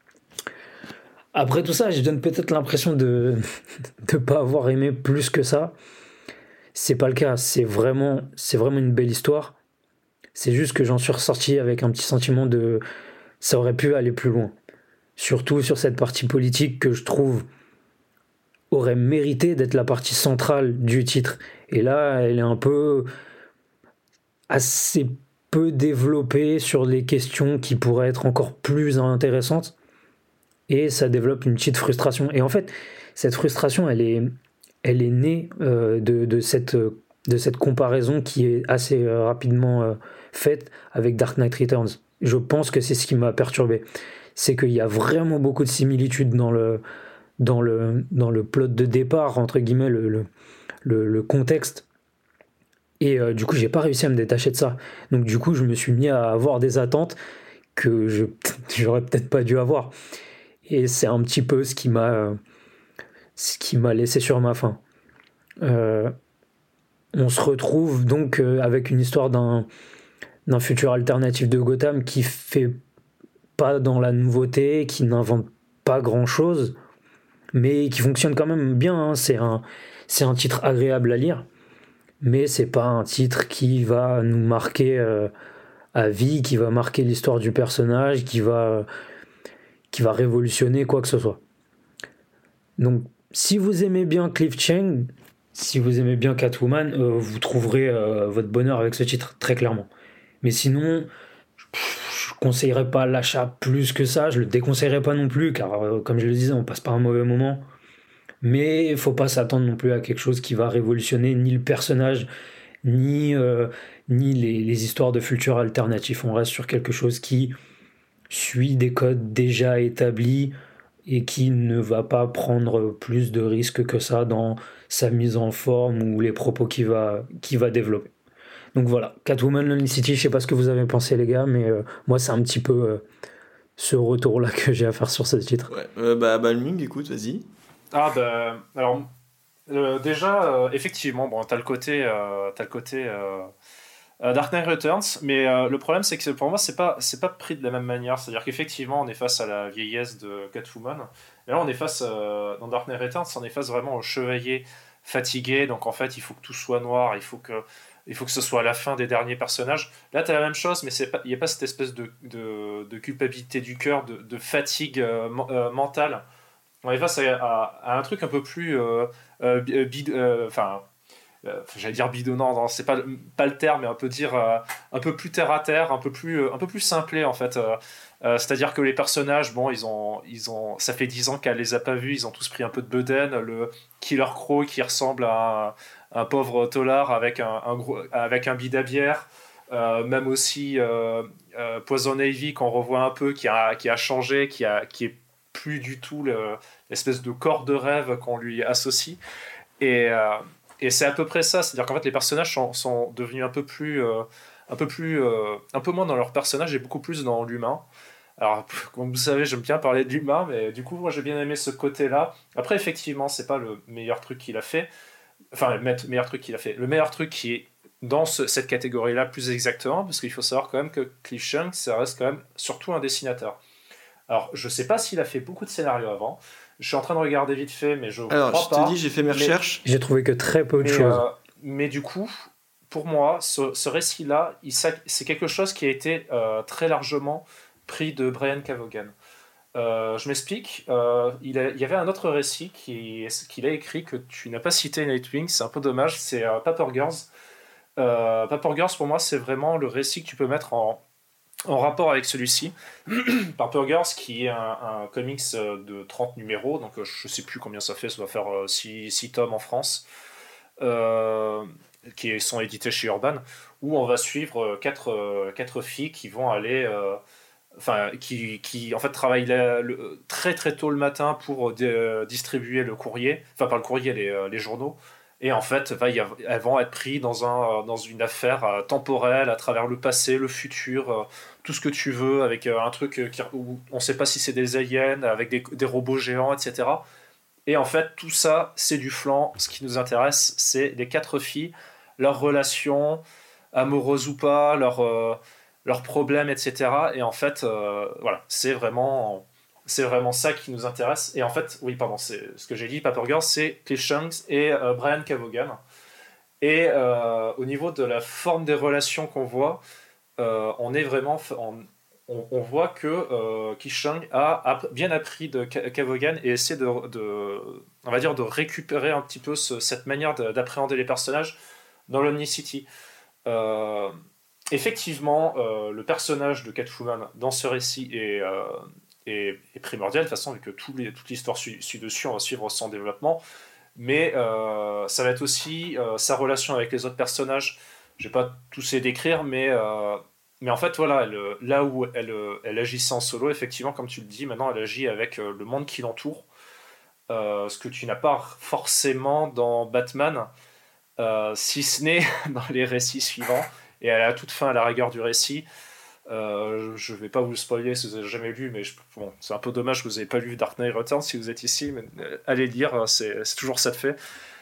Après tout ça, je donne peut-être l'impression de ne pas avoir aimé plus que ça. C'est pas le cas, c'est vraiment, c'est vraiment une belle histoire. C'est juste que j'en suis ressorti avec un petit sentiment de ça aurait pu aller plus loin. Surtout sur cette partie politique que je trouve aurait mérité d'être la partie centrale du titre. Et là, elle est un peu assez peu développée sur les questions qui pourraient être encore plus intéressantes. Et ça développe une petite frustration. Et en fait, cette frustration, elle est, elle est née euh, de, de, cette, de cette comparaison qui est assez euh, rapidement euh, faite avec Dark Knight Returns. Je pense que c'est ce qui m'a perturbé. C'est qu'il y a vraiment beaucoup de similitudes dans le, dans le, dans le plot de départ, entre guillemets, le, le, le, le contexte. Et euh, du coup, j'ai pas réussi à me détacher de ça. Donc du coup, je me suis mis à avoir des attentes que je, j'aurais peut-être pas dû avoir. Et c'est un petit peu ce qui m'a, euh, ce qui m'a laissé sur ma faim. Euh, on se retrouve donc euh, avec une histoire d'un, d'un futur alternatif de Gotham qui fait pas dans la nouveauté, qui n'invente pas grand-chose, mais qui fonctionne quand même bien. Hein. C'est un, c'est un titre agréable à lire, mais c'est pas un titre qui va nous marquer euh, à vie, qui va marquer l'histoire du personnage, qui va, qui va révolutionner quoi que ce soit. Donc, si vous aimez bien Cliff Chiang, si vous aimez bien Catwoman, euh, vous trouverez euh, votre bonheur avec ce titre, très clairement. Mais sinon, je ne conseillerais pas l'achat plus que ça, je le déconseillerais pas non plus, car euh, comme je le disais, on passe pas un mauvais moment. Mais il faut pas s'attendre non plus à quelque chose qui va révolutionner ni le personnage, ni, euh, ni les, les histoires de futurs alternatifs. On reste sur quelque chose qui suit des codes déjà établis et qui ne va pas prendre plus de risques que ça dans sa mise en forme ou les propos qu'il va, qu'il va développer. Donc voilà, Catwoman Lonely City, je sais pas ce que vous avez pensé les gars, mais euh, moi c'est un petit peu euh, ce retour-là que j'ai à faire sur ce titre. Ouais, euh, bah Balming, écoute, vas-y. Ah bah alors euh, déjà euh, effectivement bon t'as le côté euh, t'as le côté euh, euh, Dark Knight Returns, mais euh, le problème c'est que pour moi c'est pas c'est pas pris de la même manière, c'est-à-dire qu'effectivement on est face à la vieillesse de Catwoman, et là on est face euh, dans Dark Knight Returns on est face vraiment au chevalier fatigué, donc en fait il faut que tout soit noir, il faut que il faut que ce soit la fin des derniers personnages. Là t'as la même chose, mais c'est pas il y a pas cette espèce de de, de culpabilité du cœur, de, de fatigue euh, euh, mentale. On est face à, à, à un truc un peu plus euh, euh, bid, euh, enfin euh, j'allais dire bidonnant, non, c'est pas, le- pas le terme, mais on peut dire euh, un peu plus terre à terre, un peu plus, euh, un peu plus simplé en fait. Euh, euh, c'est-à-dire que les personnages, bon, ils ont, ils ont, ça fait dix ans qu'elle les a pas vus, ils ont tous pris un peu de bedaine. Le Killer Crow qui ressemble à un, un pauvre tolard avec un, un gros, avec un bid à bière. Euh, même aussi euh, euh, Poison Ivy qu'on revoit un peu, qui a, qui a changé, qui, a, qui est plus du tout le- l'espèce de corps de rêve qu'on lui associe. Et, euh, et c'est à peu près ça, c'est-à-dire qu'en fait les personnages sont, sont devenus un peu plus, euh, un peu plus, euh, un peu moins dans leur personnage et beaucoup plus dans l'humain. Alors, comme vous savez, j'aime bien parler de l'humain, mais du coup, moi j'ai bien aimé ce côté-là. Après, effectivement, c'est pas le meilleur truc qu'il a fait. Enfin, le me- meilleur truc qu'il a fait. Le meilleur truc qui est dans ce- cette catégorie-là, plus exactement, parce qu'il faut savoir quand même que Cliff Chung, ça reste quand même surtout un dessinateur. Alors, je sais pas s'il a fait beaucoup de scénarios avant. Je suis en train de regarder vite fait, mais je Alors, crois je te pas. dis, j'ai fait mes Mais, recherches. J'ai trouvé que très peu de mais, choses. euh, mais du coup, pour moi, ce, ce récit-là, il s'a- c'est quelque chose qui a été euh, très largement pris de Brian Kevogan. Euh, je m'explique. Euh, il, a- il y avait un autre récit qui- qu'il a écrit que tu n'as pas cité, Nightwing. C'est un peu dommage. C'est euh, Paper Girls. Euh, Paper Girls, pour moi, c'est vraiment le récit que tu peux mettre en, en rapport avec celui-ci. Paper Girls, qui est un, un comics euh, de trente numéros, donc euh, je sais plus combien ça fait, ça doit faire six tomes en France, euh, qui sont édités chez Urban, où on va suivre euh, quatre, euh, quatre filles qui vont aller. Euh, Enfin, qui, qui en fait travaillent la- le- très très tôt le matin pour euh, dé- euh, distribuer le courrier, enfin pas le courrier, les, euh, les journaux. Et en fait, va y av- elles vont être prises dans, un, euh, dans une affaire euh, temporelle à travers le passé, le futur, euh, tout ce que tu veux, avec euh, un truc euh, qui, où on ne sait pas si c'est des aliens, avec des, des robots géants, et cetera. Et en fait, tout ça, c'est du flan. Ce qui nous intéresse, c'est les quatre filles, leurs relations, amoureuses ou pas, leurs, euh, leurs problèmes, et cetera. Et en fait, euh, voilà, c'est vraiment, c'est vraiment ça qui nous intéresse. Et en fait, oui, pardon, c'est ce que j'ai dit, Paper Girls, c'est Cliff Shanks et euh, Brian Kevogan. Et euh, au niveau de la forme des relations qu'on voit, euh, on est vraiment, on, on, on voit que euh, Kishang a, a bien appris de Ka- Kevogan et essaie de, de, on va dire, de récupérer un petit peu ce- cette manière de- d'appréhender les personnages dans l'Omnicity. Euh, Effectivement, euh, le personnage de Catwoman dans ce récit est, euh, est, est primordial, de toute façon, vu que tout les- toute l'histoire suit, suit dessus, on va suivre son développement. Mais euh, ça va être aussi euh, sa relation avec les autres personnages. Je vais pas tous les décrire, mais, euh, mais en fait, voilà, elle, là où elle, elle agissait en solo, effectivement, comme tu le dis, maintenant elle agit avec euh, le monde qui l'entoure. Euh, ce que tu n'as pas forcément dans Batman, euh, si ce n'est dans les récits suivants. Et à la toute fin, à la rigueur du récit, euh, je vais pas vous spoiler si vous avez jamais lu, mais je- bon, c'est un peu dommage que vous n'ayez pas lu Dark Knight Returns si vous êtes ici, mais euh, allez lire, c'est c'est toujours ça de fait.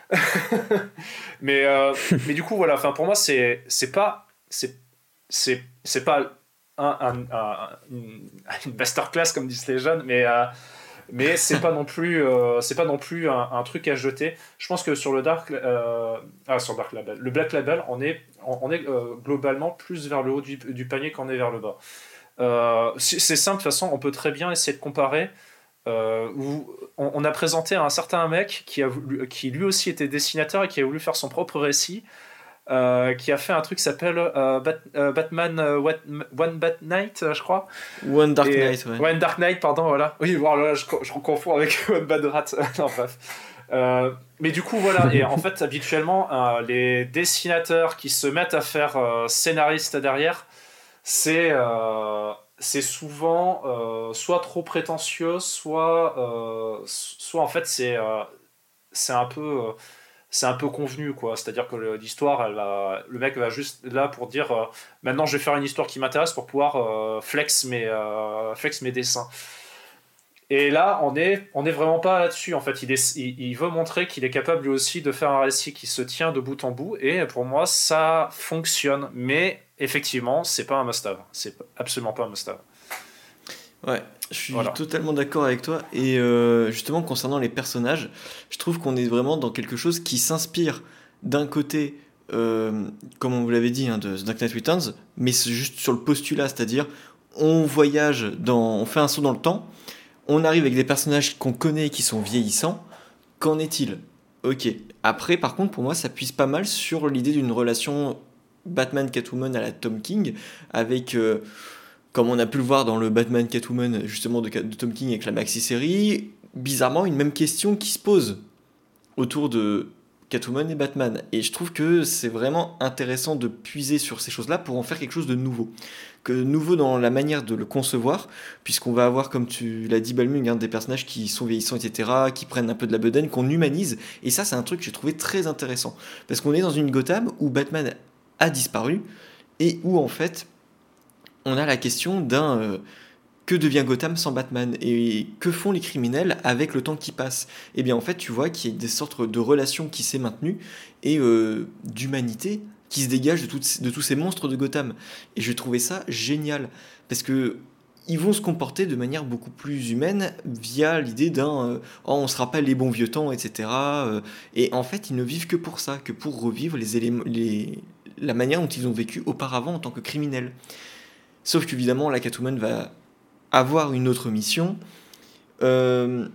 mais, euh, mais du coup, voilà, enfin, pour moi, c'est c'est pas, c'est c'est c'est pas un, un, un- une, une masterclass comme disent les jeunes, mais, euh, mais c'est pas non plus, euh, c'est pas non plus un, un truc à jeter. Je pense que sur le Dark, euh, ah, sur Dark Label, le Black Label, on est, on, on est euh, globalement plus vers le haut du, du panier qu'on est vers le bas. Euh, c'est c'est simple, de toute façon, on peut très bien essayer de comparer. Euh, où on, on a présenté un certain mec qui, a voulu, qui lui aussi était dessinateur et qui a voulu faire son propre récit, euh, qui a fait un truc qui s'appelle euh, Bat- euh, Batman euh, What- One Bat Night, euh, je crois. One Dark Et- Knight, ouais. One Dark Knight, pardon, voilà. Oui, voilà, je, je confonds avec One Bad Rat. non, bref. Euh, mais du coup, voilà. Et en fait, habituellement, euh, les dessinateurs qui se mettent à faire euh, scénariste derrière, c'est euh, c'est souvent euh, soit trop prétentieux, soit, euh, soit en fait, c'est euh, c'est un peu. euh, c'est un peu convenu, quoi. C'est-à-dire que le- l'histoire, elle va- le mec va juste là pour dire euh, maintenant je vais faire une histoire qui m'intéresse pour pouvoir euh, flex, mes, euh, flex mes dessins. Et là, on est, on est vraiment pas là-dessus. En fait, il, est, il, il veut montrer qu'il est capable lui aussi de faire un récit qui se tient de bout en bout. Et pour moi, ça fonctionne. Mais effectivement, c'est pas un must-have. C'est absolument pas un must-have. Ouais, je suis Voilà. totalement d'accord avec toi. Et euh, justement, concernant les personnages, je trouve qu'on est vraiment dans quelque chose qui s'inspire d'un côté, euh, comme on vous l'avait dit, hein, de The Dark Knight Returns, mais c'est juste sur le postulat, c'est-à-dire on voyage, dans, on fait un saut dans le temps, on arrive avec des personnages qu'on connaît et qui sont vieillissants. Qu'en est-il ? Ok. Après, par contre, pour moi, ça puise pas mal sur l'idée d'une relation Batman-Catwoman à la Tom King, avec, euh, comme on a pu le voir dans le Batman-Catwoman justement de, de Tom King avec la maxi-série, bizarrement une même question qui se pose autour de Catwoman et Batman. Et je trouve que c'est vraiment intéressant de puiser sur ces choses-là pour en faire quelque chose de nouveau. Que nouveau dans la manière de le concevoir, puisqu'on va avoir, comme tu l'as dit, Balmung, hein, des personnages qui sont vieillissants, et cetera, qui prennent un peu de la bedaine, qu'on humanise. Et ça, c'est un truc que j'ai trouvé très intéressant. Parce qu'on est dans une Gotham où Batman a disparu, et où, en fait, on a la question d'un... Euh, que devient Gotham sans Batman et que font les criminels avec le temps qui passe. Et bien en fait tu vois qu'il y a des sortes de relations qui s'est maintenues et euh, d'humanité qui se dégage de, toutes, de tous ces monstres de Gotham. Et je trouvais ça génial parce que ils vont se comporter de manière beaucoup plus humaine via l'idée d'un euh, oh, on se rappelle les bons vieux temps, et cetera. Euh, et en fait ils ne vivent que pour ça, que pour revivre les éléments, les, la manière dont ils ont vécu auparavant en tant que criminels. Sauf qu'évidemment la Catwoman va avoir une autre mission, euh,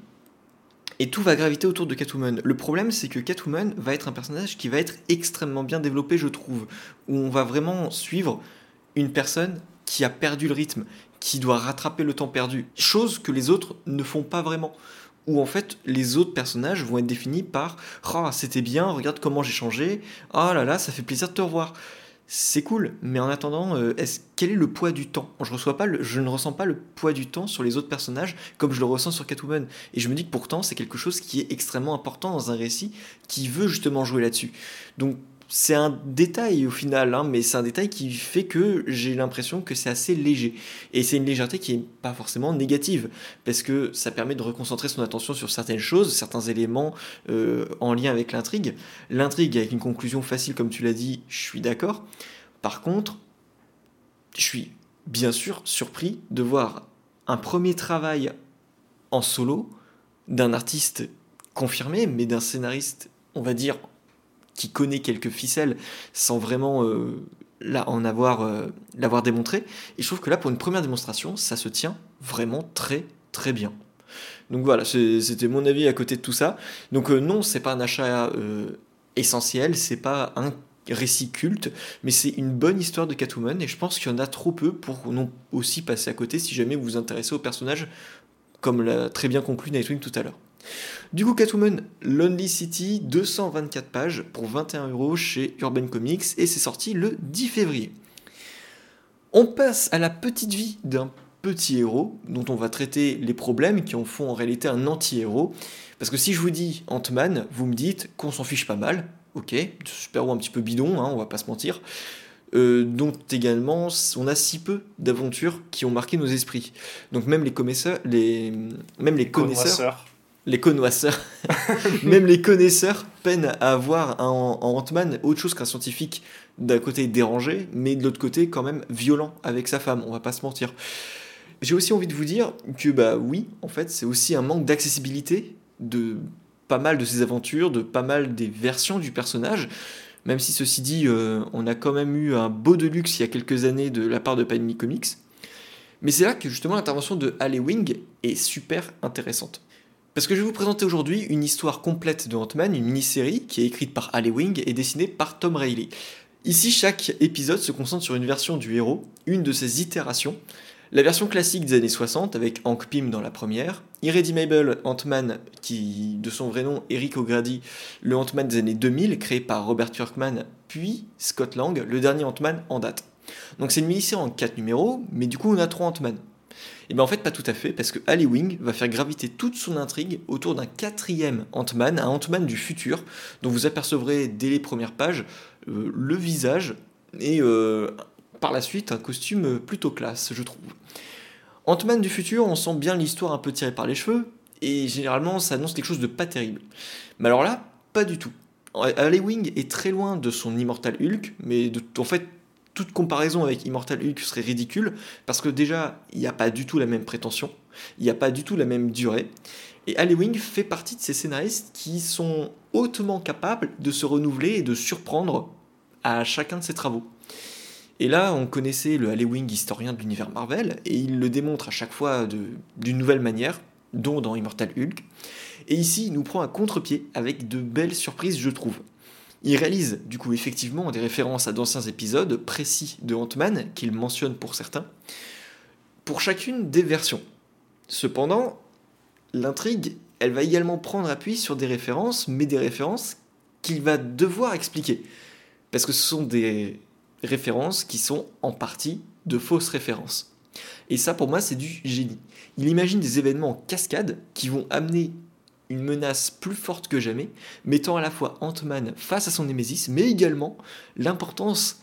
et tout va graviter autour de Catwoman. Le problème, c'est que Catwoman va être un personnage qui va être extrêmement bien développé, je trouve, où on va vraiment suivre une personne qui a perdu le rythme, qui doit rattraper le temps perdu, chose que les autres ne font pas vraiment. Où en fait, les autres personnages vont être définis par « Ah, oh, c'était bien, regarde comment j'ai changé, ah oh là là, ça fait plaisir de te revoir ». C'est cool, mais en attendant, euh, est-ce, quel est le poids du temps ? je, reçois pas le, je ne ressens pas le poids du temps sur les autres personnages comme je le ressens sur Catwoman. Et je me dis que pourtant, c'est quelque chose qui est extrêmement important dans un récit qui veut justement jouer là-dessus. Donc, c'est un détail au final, hein, mais c'est un détail qui fait que j'ai l'impression que c'est assez léger. Et c'est une légèreté qui n'est pas forcément négative, parce que ça permet de reconcentrer son attention sur certaines choses, certains éléments euh, en lien avec l'intrigue. L'intrigue avec une conclusion facile, comme tu l'as dit, je suis d'accord. Par contre, je suis bien sûr surpris de voir un premier travail en solo d'un artiste confirmé, mais d'un scénariste, on va dire, qui connaît quelques ficelles sans vraiment euh, là, en avoir, euh, l'avoir démontré. Et je trouve que là, pour une première démonstration, ça se tient vraiment très très bien. Donc voilà, c'est, c'était mon avis à côté de tout ça. Donc euh, non, c'est pas un achat euh, essentiel, c'est pas un récit culte, mais c'est une bonne histoire de Catwoman, et je pense qu'il y en a trop peu pour non aussi passer à côté si jamais vous vous intéressez au personnage, comme l'a très bien conclu Nightwing tout à l'heure. Du coup, Catwoman Lonely City, deux cent vingt-quatre pages pour vingt et un euros chez Urban Comics, et c'est sorti le dix février. On passe à la petite vie d'un petit héros dont on va traiter les problèmes qui en font en réalité un anti-héros. Parce que si je vous dis Ant-Man, vous me dites qu'on s'en fiche pas mal. Ok, super-héros un petit peu bidon, hein, on va pas se mentir. Euh, dont également on a si peu d'aventures qui ont marqué nos esprits. Donc même les connaisseurs, les, même les connaisseurs, les connoisseurs, même les connaisseurs peinent à avoir en, en Ant-Man autre chose qu'un scientifique d'un côté dérangé, mais de l'autre côté quand même violent avec sa femme, on va pas se mentir. J'ai aussi envie de vous dire que bah oui, en fait, c'est aussi un manque d'accessibilité de pas mal de ses aventures, de pas mal des versions du personnage. Même si ceci dit, euh, on a quand même eu un beau deluxe il y a quelques années de la part de Panini Comics. Mais c'est là que justement l'intervention de Alley Wing est super intéressante. Parce que je vais vous présenter aujourd'hui une histoire complète de Ant-Man, une mini-série qui est écrite par Alley Wing et dessinée par Tom Reilly. Ici, chaque épisode se concentre sur une version du héros, une de ses itérations. La version classique des années soixante, avec Hank Pym dans la première, Irredeemable Ant-Man, qui de son vrai nom Eric O'Grady, le Ant-Man des années deux mille, créé par Robert Kirkman, puis Scott Lang, le dernier Ant-Man en date. Donc c'est une mini-série en quatre numéros, mais du coup on a trois Ant-Man. Et bien en fait pas tout à fait, parce que Alley Wing va faire graviter toute son intrigue autour d'un quatrième Ant-Man, un Ant-Man du futur, dont vous apercevrez dès les premières pages euh, le visage et euh, par la suite un costume plutôt classe, je trouve. Ant-Man du futur, on sent bien l'histoire un peu tirée par les cheveux, et généralement ça annonce quelque chose de pas terrible. Mais alors là, pas du tout. Alley Wing est très loin de son Immortal Hulk, mais de, en fait, toute comparaison avec Immortal Hulk serait ridicule, parce que déjà, il n'y a pas du tout la même prétention, il n'y a pas du tout la même durée, et Alley Wing fait partie de ces scénaristes qui sont hautement capables de se renouveler et de surprendre à chacun de ses travaux. Et là, on connaissait le Alley Wing historien de l'univers Marvel, et il le démontre à chaque fois de, d'une nouvelle manière, dont dans Immortal Hulk. Et ici, il nous prend à contre-pied avec de belles surprises, je trouve. Il réalise du coup effectivement des références à d'anciens épisodes précis de Ant-Man, qu'il mentionne pour certains, pour chacune des versions. Cependant, l'intrigue, elle va également prendre appui sur des références, mais des références qu'il va devoir expliquer. Parce que ce sont des références qui sont en partie de fausses références. Et ça, pour moi, c'est du génie. Il imagine des événements en cascade qui vont amener une menace plus forte que jamais, mettant à la fois Ant-Man face à son Némésis, mais également l'importance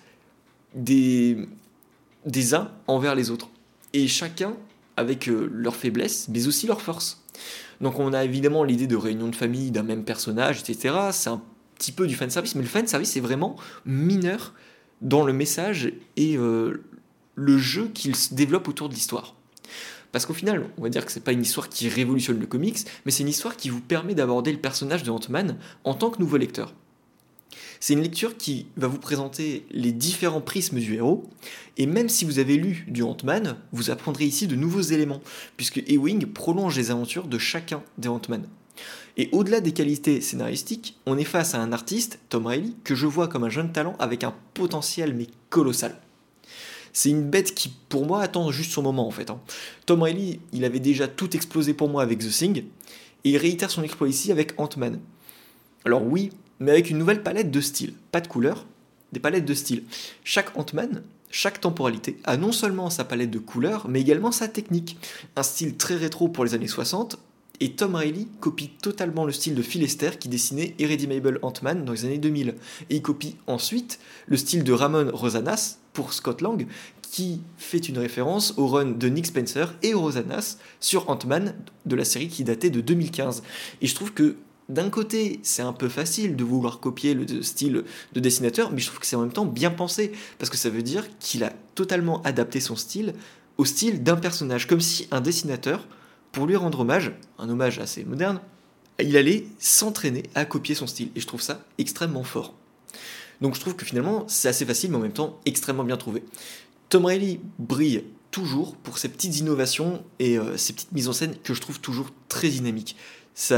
des, des uns envers les autres. Et chacun avec euh, leurs faiblesses, mais aussi leurs forces. Donc on a évidemment l'idée de réunion de famille d'un même personnage, et cetera. C'est un petit peu du fanservice, mais le fanservice est vraiment mineur dans le message et euh, le jeu qu'il se développe autour de l'histoire. Parce qu'au final, on va dire que c'est pas une histoire qui révolutionne le comics, mais c'est une histoire qui vous permet d'aborder le personnage de Ant-Man en tant que nouveau lecteur. C'est une lecture qui va vous présenter les différents prismes du héros, et même si vous avez lu du Ant-Man, vous apprendrez ici de nouveaux éléments, puisque Ewing prolonge les aventures de chacun des Ant-Man. Et au-delà des qualités scénaristiques, on est face à un artiste, Tom Reilly, que je vois comme un jeune talent avec un potentiel mais colossal. C'est une bête qui, pour moi, attend juste son moment en fait. Hein. Tom Reilly, il avait déjà tout explosé pour moi avec The Thing, et il réitère son exploit ici avec Ant-Man. Alors oui, mais avec une nouvelle palette de styles, pas de couleurs, des palettes de styles. Chaque Ant-Man, chaque temporalité, a non seulement sa palette de couleurs, mais également sa technique. Un style très rétro pour les années soixante, et Tom Reilly copie totalement le style de Phil Lester qui dessinait Irredeemable Ant-Man dans les années deux mille. Et il copie ensuite le style de Ramon Rosanas pour Scott Lang, qui fait une référence au run de Nick Spencer et Rosanas sur Ant-Man de la série qui datait de deux mille quinze. Et je trouve que d'un côté, c'est un peu facile de vouloir copier le style de dessinateur, mais je trouve que c'est en même temps bien pensé, parce que ça veut dire qu'il a totalement adapté son style au style d'un personnage, comme si un dessinateur, pour lui rendre hommage, un hommage assez moderne, il allait s'entraîner à copier son style, et je trouve ça extrêmement fort. Donc je trouve que finalement, c'est assez facile, mais en même temps extrêmement bien trouvé. Tom Reilly brille toujours pour ses petites innovations et euh, ses petites mises en scène que je trouve toujours très dynamiques. Ça...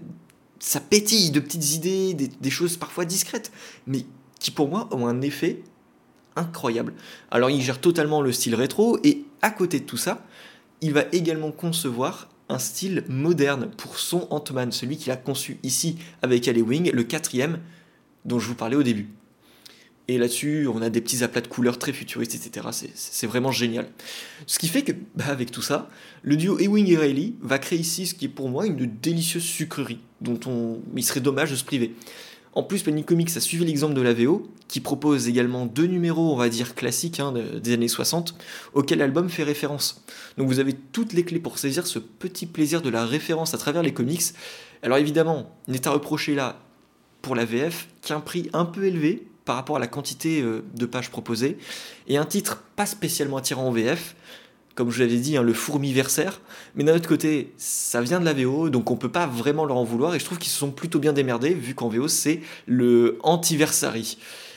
ça pétille de petites idées, des, des choses parfois discrètes, mais qui pour moi ont un effet incroyable. Alors il gère totalement le style rétro, et à côté de tout ça, il va également concevoir un style moderne pour son Ant-Man, celui qu'il a conçu ici avec Al Ewing, le quatrième dont je vous parlais au début. Et là-dessus, on a des petits aplats de couleurs très futuristes, et cetera. C'est, c'est vraiment génial. Ce qui fait que, bah, avec tout ça, le duo Ewing et Reilly va créer ici ce qui est pour moi une délicieuse sucrerie, dont on... il serait dommage de se priver. En plus, Panini Comics a suivi l'exemple de la V O, qui propose également deux numéros, on va dire classiques, hein, des années soixante, auxquels l'album fait référence. Donc vous avez toutes les clés pour saisir ce petit plaisir de la référence à travers les comics. Alors évidemment, n'est à reprocher là, pour la V F, qu'un prix un peu élevé, par rapport à la quantité de pages proposées, et un titre pas spécialement attirant en V F, comme je l'avais dit, hein, le fourmiversaire, mais d'un autre côté, ça vient de la V O, donc on peut pas vraiment leur en vouloir, et je trouve qu'ils se sont plutôt bien démerdés, vu qu'en V O, c'est le antiversary.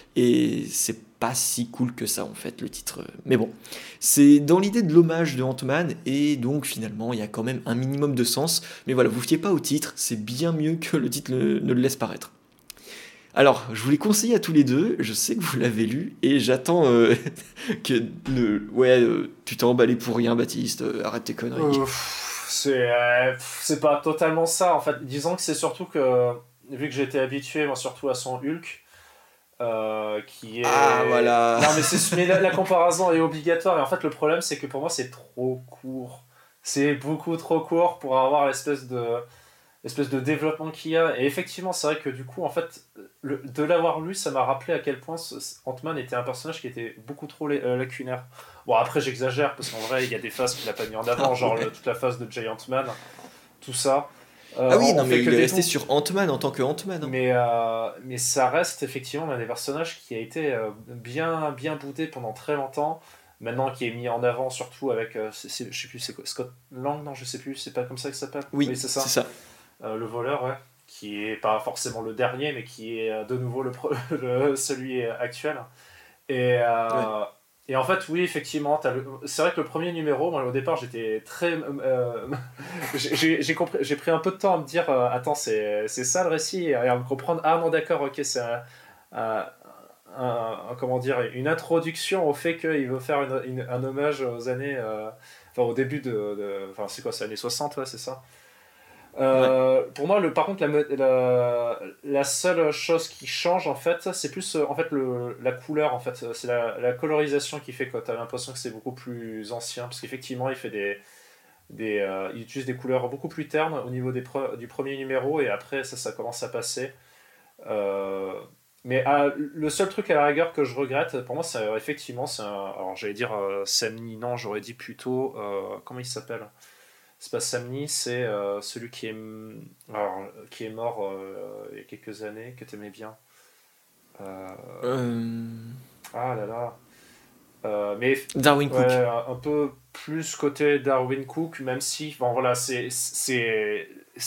Et c'est pas si cool que ça, en fait, le titre. Mais bon, c'est dans l'idée de l'hommage de Ant-Man, et donc finalement, il y a quand même un minimum de sens, mais voilà, vous fiez pas au titre, c'est bien mieux que le titre ne, ne le laisse paraître. Alors, je vous l'ai conseillé à tous les deux, je sais que vous l'avez lu, et j'attends euh, que... Le... Ouais, euh, tu t'es emballé pour rien, Baptiste, euh, arrête tes conneries. Euh, c'est, euh, c'est pas totalement ça, en fait. Disons que c'est surtout que, vu que j'étais habitué, moi, surtout à son Hulk, euh, qui est... Ah, voilà. Non, mais, c'est... mais la, la comparaison est obligatoire, et en fait, le problème, c'est que pour moi, c'est trop court. C'est beaucoup trop court pour avoir l'espèce de... espèce de développement qu'il y a. Et effectivement, c'est vrai que du coup, en fait, le, de l'avoir lu, ça m'a rappelé à quel point ce, Ant-Man était un personnage qui était beaucoup trop euh, lacunaire. Bon, après, j'exagère, parce qu'en vrai, il y a des phases qu'il n'a pas mis en avant, ah, genre ouais. le, toute la phase de Giant Man, tout ça. Euh, ah oui, non, mais il est resté sur Ant-Man en tant que Ant-Man. Hein. Mais, euh, mais ça reste effectivement un des personnages qui a été euh, bien, bien boudé pendant très longtemps. Maintenant, qui est mis en avant surtout avec, euh, c'est, c'est, je sais plus, c'est quoi, Scott Lang, non, je sais plus, c'est pas comme ça que ça s'appelle. Oui, oui c'est ça. C'est ça. Euh, le voleur, ouais, qui est pas forcément le dernier, mais qui est de nouveau le, pro- le celui actuel. Et, euh, ouais. et en fait, oui, effectivement, t'as le... c'est vrai que le premier numéro, moi, au départ, j'étais très. Euh, j'ai, j'ai, compris... j'ai pris un peu de temps à me dire euh, attends, c'est, c'est ça le récit, et à me comprendre. Ah non, d'accord, ok, c'est un, un, un- un- comment dire, une introduction au fait qu'il veut faire une, une- un hommage aux années. euh, Enfin, au début de. de- Enfin, c'est quoi, c'est années soixante, ouais, c'est ça. Ouais. Euh, pour moi, le, par contre, la, mo- la, la seule chose qui change, en fait, c'est plus euh, en fait, le, la couleur. En fait. C'est la, la colorisation qui fait que tu as l'impression que c'est beaucoup plus ancien. Parce qu'effectivement, il, fait des, des, euh, il utilise des couleurs beaucoup plus ternes au niveau des pre- du premier numéro. Et après, ça, ça commence à passer. Euh, mais ah, le seul truc à la rigueur que je regrette, pour moi, c'est euh, effectivement, c'est un, alors j'allais dire euh, Samni, non, j'aurais dit plutôt, euh, comment il s'appelle? C'est pas Samni, c'est euh, celui qui est, alors, qui est mort euh, il y a quelques années, que t'aimais bien. Euh, Euh, ah là là. Euh, mais Darwin ouais, Cook. un un peu plus côté Darwin Cook, même si, bon voilà, c'est c'est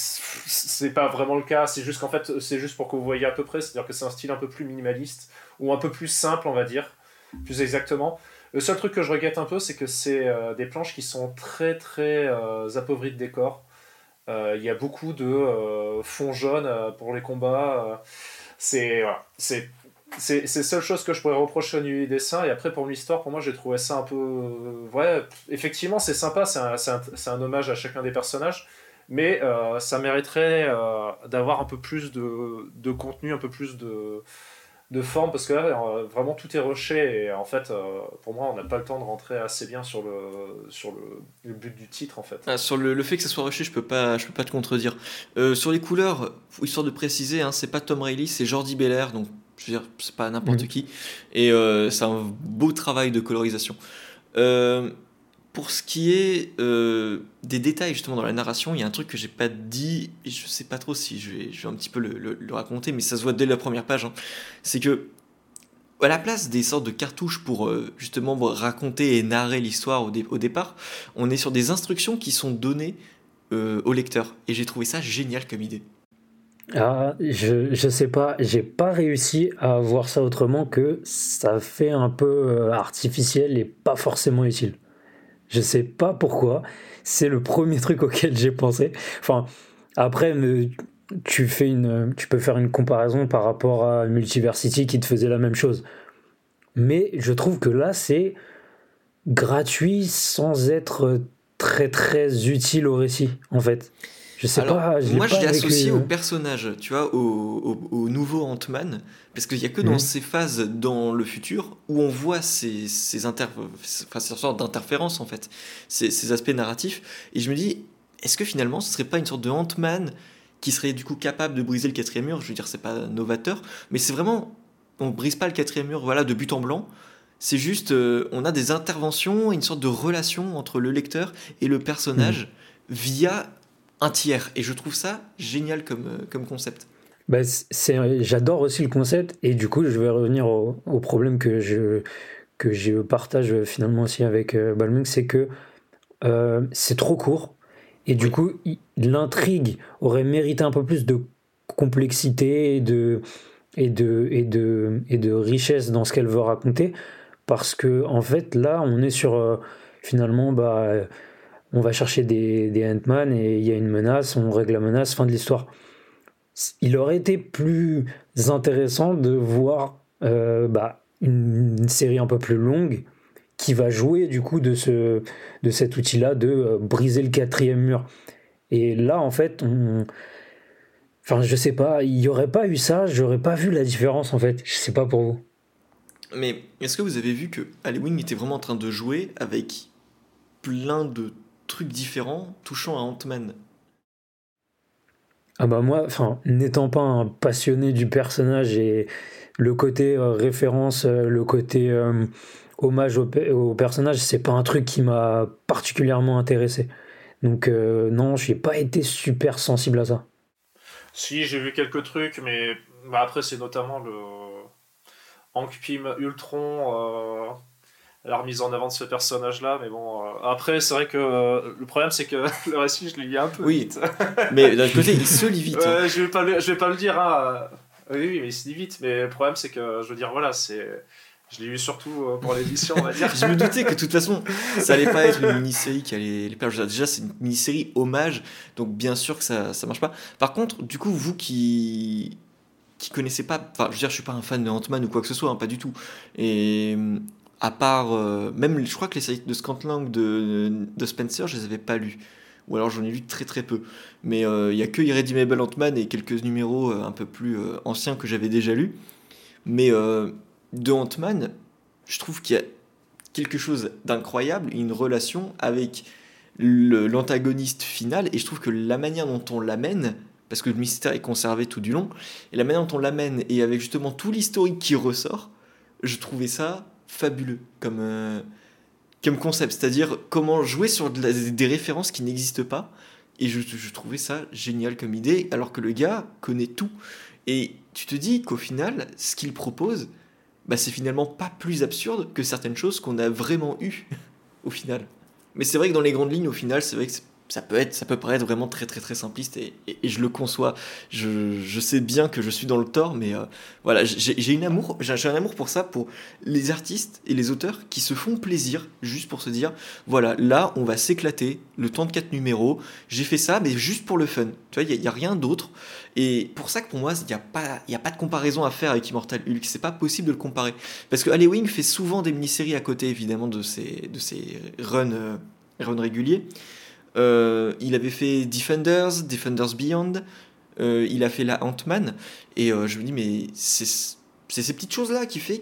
c'est pas vraiment le cas. C'est juste qu'en fait, c'est juste pour que vous voyez à peu près. C'est-à-dire que c'est un style un peu plus minimaliste ou un peu plus simple, on va dire, plus exactement. Le seul truc que je regrette un peu, c'est que c'est euh, des planches qui sont très très euh, appauvries de décor. Euh, Il y a beaucoup de euh, fond jaune euh, pour les combats. euh, c'est voilà, c'est c'est c'est la seule chose que je pourrais reprocher au niveau du dessin. Et après, pour l'histoire, pour moi, j'ai trouvé ça un peu. euh, ouais, effectivement, c'est sympa, c'est un, c'est un, c'est un hommage à chacun des personnages. Mais euh, ça mériterait euh, d'avoir un peu plus de, de contenu, un peu plus de, de forme, parce que là, euh, vraiment, tout est rushé. Et en fait, euh, pour moi, on n'a pas le temps de rentrer assez bien sur le, sur le, le but du titre, en fait. Ah, sur le, le fait que ça soit rushé, je peux pas, je peux pas te contredire. Euh, sur les couleurs, histoire de préciser, hein, c'est pas Tom Reilly, c'est Jordi Belair, donc je veux dire, c'est pas n'importe Mm. qui. Et euh, c'est un beau travail de colorisation. Euh, pour ce qui est euh, des détails justement dans la narration, il y a un truc que j'ai pas dit, et je sais pas trop si je vais, je vais un petit peu le, le- le raconter, mais ça se voit dès la première page. Hein. C'est que à la place des sortes de cartouches pour euh, justement raconter et narrer l'histoire au, dé- au départ, on est sur des instructions qui sont données euh, au lecteur. Et j'ai trouvé ça génial comme idée. Ah, je, je sais pas, j'ai pas réussi à voir ça autrement que ça fait un peu euh, artificiel et pas forcément utile. Je sais pas pourquoi, c'est le premier truc auquel j'ai pensé. Enfin, après, me- tu fais une, tu peux faire une comparaison par rapport à Multiversity qui te faisait la même chose. Mais je trouve que là, c'est gratuit sans être très très utile au récit, en fait. Je sais Alors, pas, je l'ai moi je pas l'ai vécu. associé au euh. personnage, tu vois, au, au- au nouveau Ant-Man, parce qu'il n'y a que dans Mhm. ces phases dans le futur où on voit ces, ces, inter... enfin, ces sortes d'interférences, en fait, ces, ces aspects narratifs. Et je me dis, est-ce que finalement ce serait pas une sorte de Ant-Man qui serait du coup capable de briser le quatrième mur? Je veux dire, c'est pas novateur, mais c'est vraiment, on brise pas le quatrième mur, voilà, de but en blanc. C'est juste, euh, on a des interventions, une sorte de relation entre le lecteur et le Mhm. personnage via un tiers. Et je trouve ça génial comme, euh, comme concept. Bah, c'est, j'adore aussi le concept et du coup je vais revenir au, au problème que je, que je partage finalement aussi avec euh, Balmung, c'est que euh, c'est trop court et du Oui. coup il- l'intrigue aurait mérité un peu plus de complexité et de, et de, et de, et de richesse dans ce qu'elle veut raconter parce que en fait là on est sur euh, finalement bah, on va chercher des, des Ant-Man et il y a une menace, on règle la menace, fin de l'histoire. Il aurait été plus intéressant de voir euh, bah, une, une série un peu plus longue qui va jouer du coup de, ce, de cet outil-là de euh, briser le quatrième mur. Et là, en fait, on... enfin, je sais pas, il n'y aurait pas eu ça, j'aurais pas vu la différence en fait. Je sais pas pour vous. Mais est-ce que vous avez vu que Halloween était vraiment en train de jouer avec plein de trucs différents touchant à Ant-Man? Ah bah moi, enfin, n'étant pas un passionné du personnage et le côté euh, référence, euh, le côté euh, hommage au, pe- au personnage, c'est pas un truc qui m'a particulièrement intéressé. Donc euh, non, j'ai pas été super sensible à ça. Si, j'ai vu quelques trucs, mais bah, après, c'est notamment le Hank Pym Ultron, euh, la remise en avant de ce personnage-là. Mais bon, euh, après, c'est vrai que euh, le problème, c'est que le récit, je l'ai lu un peu Oui, vite. mais d'un côté, il se lit vite. Hein. Euh, je vais pas le, je vais pas le dire, hein. Oui, oui, mais il se dit vite. Mais le problème, c'est que, je veux dire, voilà, c'est. Je l'ai eu surtout euh, pour l'édition, on va dire. Je me doutais que de toute façon, ça allait pas être une mini-série qui allait les plaire. Déjà, c'est une mini-série hommage, donc bien sûr que ça, ça marche pas. Par contre, du coup, vous qui qui connaissez pas, enfin, je veux dire, je suis pas un fan de Ant-Man ou quoi que ce soit, hein, pas du tout. Et à part, euh, même, je crois que les séries de Scott Lang, de, de Spencer, je les avais pas lus. Ou alors j'en ai lu très très peu. Mais il euh, y a que Irredeemable Ant-Man et quelques numéros euh, un peu plus euh, anciens que j'avais déjà lus. Mais euh, de Ant-Man, je trouve qu'il y a quelque chose d'incroyable, une relation avec le- l'antagoniste final, et je trouve que la manière dont on l'amène, parce que le mystère est conservé tout du long, et la manière dont on l'amène, et avec justement tout l'historique qui ressort, je trouvais ça fabuleux comme, euh, comme concept, c'est-à-dire comment jouer sur de la- des références qui n'existent pas, et je, je trouvais ça génial comme idée, alors que le gars connaît tout. Et tu te dis qu'au final, ce qu'il propose, bah, c'est finalement pas plus absurde que certaines choses qu'on a vraiment eues au final. Mais c'est vrai que dans les grandes lignes, au final, c'est vrai que c'est- ça peut être, ça peut paraître vraiment très très très simpliste et, et- et je le conçois. Je, je sais bien que je suis dans le tort, mais euh, voilà, j'ai j'ai une amour, j'ai j'ai un amour pour ça, pour les artistes et les auteurs qui se font plaisir juste pour se dire, voilà, là on va s'éclater, le temps de quatre numéros, j'ai fait ça, mais juste pour le fun. Tu vois, il y, a- il y a rien d'autre. Et pour ça que pour moi, il n'y a pas, il y a pas de comparaison à faire avec Immortal Hulk. C'est pas possible de le comparer. Parce que Halloween fait souvent des mini-séries à côté, évidemment, de ses, de ses runs, euh, runs réguliers. Euh, il avait fait Defenders, Defenders Beyond, euh, il a fait la Ant-Man, et euh, je me dis, mais c'est c'est ces petites choses-là qui fait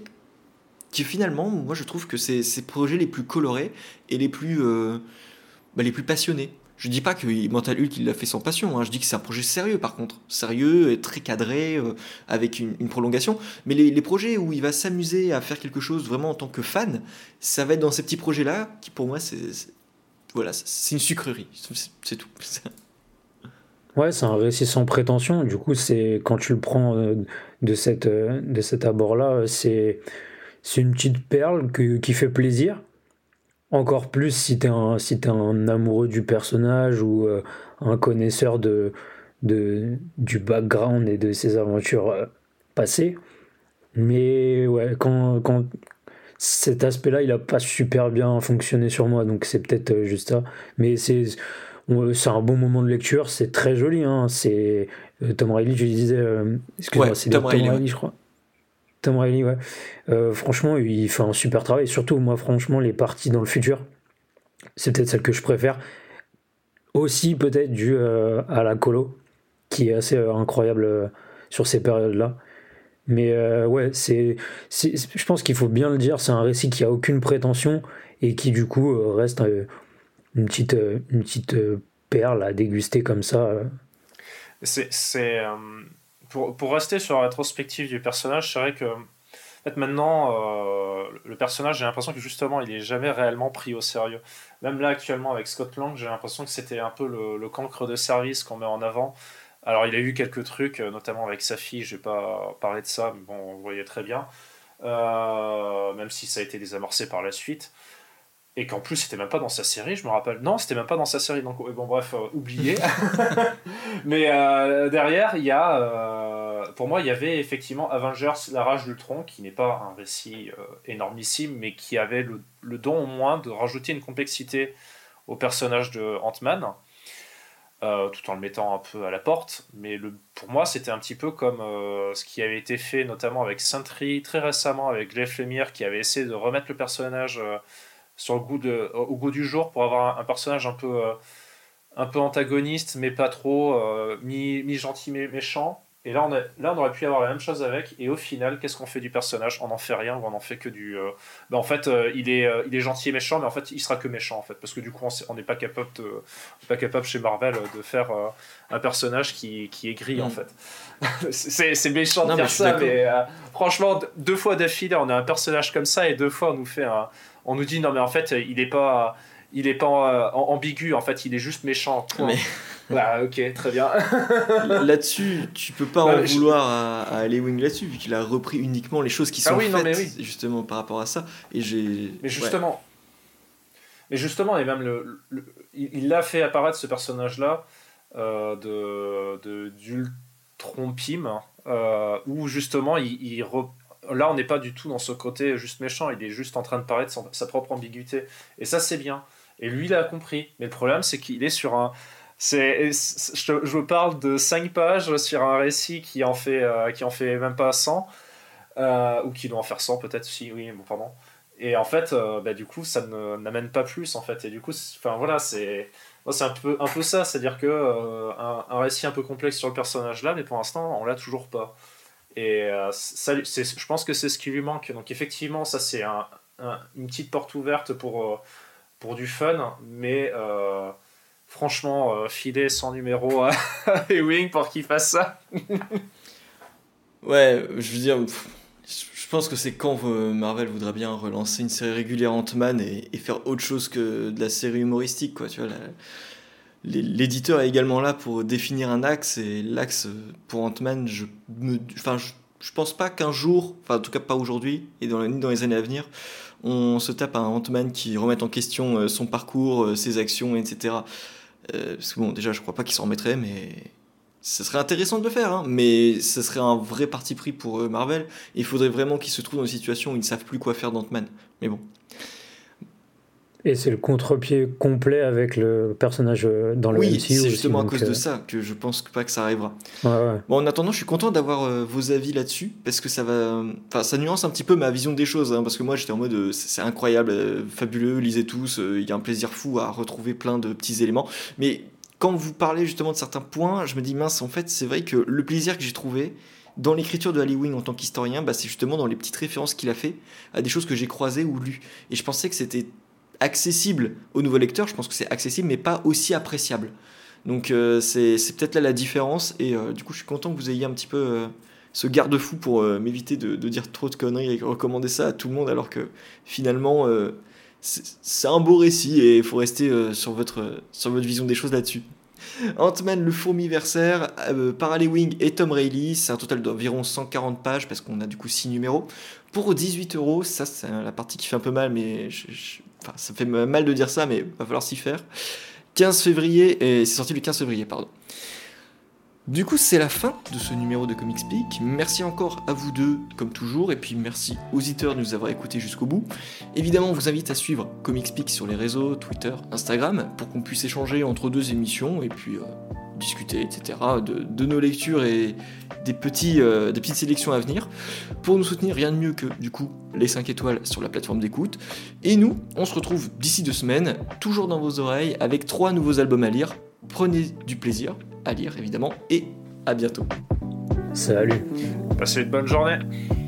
qui finalement, moi je trouve que c'est ces projets les plus colorés et les plus, euh, bah, les plus passionnés. Je dis pas que Mental Hulk il l'a fait sans passion, hein. Je dis que c'est un projet sérieux par contre, sérieux et très cadré, euh, avec une, une prolongation. Mais les, les projets où il va s'amuser à faire quelque chose vraiment en tant que fan, ça va être dans ces petits projets-là qui pour moi c'est c'est- voilà, c'est une sucrerie, c'est c'est tout. Ouais, c'est un récit sans prétention. Du coup, c'est quand tu le prends euh, de cette, euh, de cet abord-là, euh, c'est c'est une petite perle que- qui fait plaisir. Encore plus si t'es un, si t'es un amoureux du personnage ou euh, un connaisseur de, de, du background et de ses aventures euh, passées. Mais ouais, quand, quand cet aspect-là, il a pas super bien fonctionné sur moi, donc c'est peut-être euh, juste ça. Mais c'est on- c'est un bon moment de lecture, c'est très joli, hein. C'est euh, Tom Riley, je disais, euh, Ouais, excuse-moi, c'est bien Tom Tom Riley, ouais. Riley, je crois. Tom Riley, ouais. Euh, franchement, il fait un super travail. Et surtout, moi, franchement, les parties dans le futur, c'est peut-être celle que je préfère. Aussi, peut-être dû euh, à la colo, qui est assez euh, incroyable euh, sur ces périodes-là. Mais euh, ouais, c'est, c'est, je pense qu'il faut bien le dire, c'est un récit qui a aucune prétention et qui, du coup, euh, reste euh, une petite, euh, une petite euh, perle à déguster comme ça. euh. C'est, c'est, euh, pour, pour rester sur la rétrospective du personnage, c'est vrai que en fait, maintenant, euh, le personnage, j'ai l'impression que justement, il est jamais réellement pris au sérieux. Même là, actuellement, avec Scott Lang, j'ai l'impression que c'était un peu le, le cancre de service qu'on met en avant. Alors, il a eu quelques trucs, euh, notamment avec sa fille, je vais pas parler de ça, mais bon, on le voyait très bien. Euh, même si ça a été désamorcé par la suite. Et qu'en plus, c'était même pas dans sa série, je me rappelle. Non, c'était même pas dans sa série, donc ouais, bon, bref, euh, oublié. Mais euh, derrière, il y a. Euh, pour moi, il y avait effectivement Avengers, La Rage d'Ultron, qui n'est pas un récit euh, énormissime, mais qui avait le, le don au moins de rajouter une complexité au personnage de Ant-Man, euh, tout en le mettant un peu à la porte. Mais le, pour moi, c'était un petit peu comme euh, ce qui avait été fait notamment avec Sentry très récemment, avec Leif Lemire, qui avait essayé de remettre le personnage euh, sur le goût de, au goût du jour pour avoir un, un personnage un peu. Euh, un peu antagoniste, mais pas trop, euh, mi, mi gentil, mi méchant. Et là on, a, là, on aurait pu avoir la même chose avec. Et au final, qu'est-ce qu'on fait du personnage? On n'en fait rien ou on en fait que du. Euh... Ben, en fait, euh, il, est, euh, il est gentil et méchant, mais en fait, il sera que méchant en fait, parce que du coup, on n'est pas capable de, on n'est pas capable chez Marvel de faire euh, un personnage qui, qui est gris mm. en fait. c'est, c'est méchant non, de dire ça, mais euh, franchement, deux fois d'affilée, on a un personnage comme ça et deux fois on nous fait un, on nous dit non mais en fait, il n'est pas. Il est pas euh, ambigu, en fait, il est juste méchant. Mais... Bah, ok, très bien. Là-dessus, tu peux pas en vouloir à, à Halloween là-dessus, vu qu'il a repris uniquement les choses qui sont ah oui, faites, non, mais oui. justement, par rapport à ça. Et j'ai... Mais justement, ouais. mais justement, et même le, le, il l'a fait apparaître, ce personnage-là, euh, de, de, d'Ultron Pym, euh, où justement, il, il re... là, on n'est pas du tout dans ce côté juste méchant, il est juste en train de parler de son, sa propre ambiguïté. Et ça, c'est bien. Et lui, il a compris. Mais le problème, c'est qu'il est sur un... C'est, je, je parle de cinq pages sur un récit qui en fait, euh, qui en fait même pas cent, euh, ou qui doit en faire cent peut-être, si, oui, bon, pardon. Et en fait, euh, bah, du coup, ça ne, n'amène pas plus, en fait. Et du coup, enfin, voilà, c'est... Moi, c'est un peu, un peu ça, c'est-à-dire que euh, un, un récit un peu complexe sur le personnage là, mais pour l'instant, on l'a toujours pas. Et euh, ça, c'est, je pense que c'est ce qui lui manque. Donc effectivement, ça c'est un, un, une petite porte ouverte pour, euh, pour du fun, mais euh, franchement, euh, filer son numéro à Ewing pour qu'il fasse ça. Ouais, je veux dire, pff, je pense que c'est quand euh, Marvel voudra bien relancer une série régulière Ant-Man et, et faire autre chose que de la série humoristique, quoi. Tu vois, la, l'éditeur est également là pour définir un axe, et l'axe pour Ant-Man, je me, enfin, je, je pense pas qu'un jour, enfin en tout cas pas aujourd'hui et dans, ni dans les années à venir, on se tape un Ant-Man qui remette en question son parcours, ses actions, et cetera. Euh, parce que bon, déjà, je crois pas qu'il s'en remettrait, mais ce serait intéressant de le faire, hein, mais ce serait un vrai parti pris pour Marvel. Il faudrait vraiment qu'ils se trouvent dans une situation où ils ne savent plus quoi faire d'Ant-Man. Mais bon. Et c'est le contre-pied complet avec le personnage dans le oui, M C U. Oui, c'est justement aussi, à cause euh... de ça que je pense pas que ça arrivera. Ouais, ouais. Bon, en attendant, je suis content d'avoir euh, vos avis là-dessus, parce que ça va, enfin, ça nuance un petit peu ma vision des choses, hein, parce que moi, j'étais en mode, euh, c'est, c'est incroyable, euh, fabuleux, lisez tous, il euh, y a un plaisir fou à retrouver plein de petits éléments, mais quand vous parlez justement de certains points, je me dis, mince, en fait, c'est vrai que le plaisir que j'ai trouvé dans l'écriture de Ali Wing en tant qu'historien, bah, c'est justement dans les petites références qu'il a fait à des choses que j'ai croisées ou lues, et je pensais que c'était accessible aux nouveaux lecteurs, je pense que c'est accessible, mais pas aussi appréciable. Donc euh, c'est, c'est peut-être là la différence, et euh, du coup je suis content que vous ayez un petit peu euh, ce garde-fou pour euh, m'éviter de, de dire trop de conneries et recommander ça à tout le monde, alors que finalement euh, c'est, c'est un beau récit et il faut rester euh, sur, votre, sur votre vision des choses là-dessus. Ant-Man le fourmiversaire euh, par Ali Wing et Tom Reilly, c'est un total d'environ cent quarante pages parce qu'on a du coup six numéros pour dix-huit euros. Ça c'est la partie qui fait un peu mal, mais je, je, enfin, ça fait mal de dire ça, mais va falloir s'y faire. quinze février, et c'est sorti le quinze février, pardon. Du coup, c'est la fin de ce numéro de Comic Speak. Merci encore à vous deux, comme toujours, et puis merci aux auditeurs de nous avoir écoutés jusqu'au bout. Évidemment, on vous invite à suivre Comic Speak sur les réseaux, Twitter, Instagram, pour qu'on puisse échanger entre deux émissions, et puis euh, discuter, et cetera, de, de nos lectures et des, petits, euh, des petites sélections à venir. Pour nous soutenir, rien de mieux que, du coup, les cinq étoiles sur la plateforme d'écoute. Et nous, on se retrouve d'ici deux semaines, toujours dans vos oreilles, avec trois nouveaux albums à lire. Prenez du plaisir à lire, évidemment, et à bientôt. Salut. Passez une bonne journée.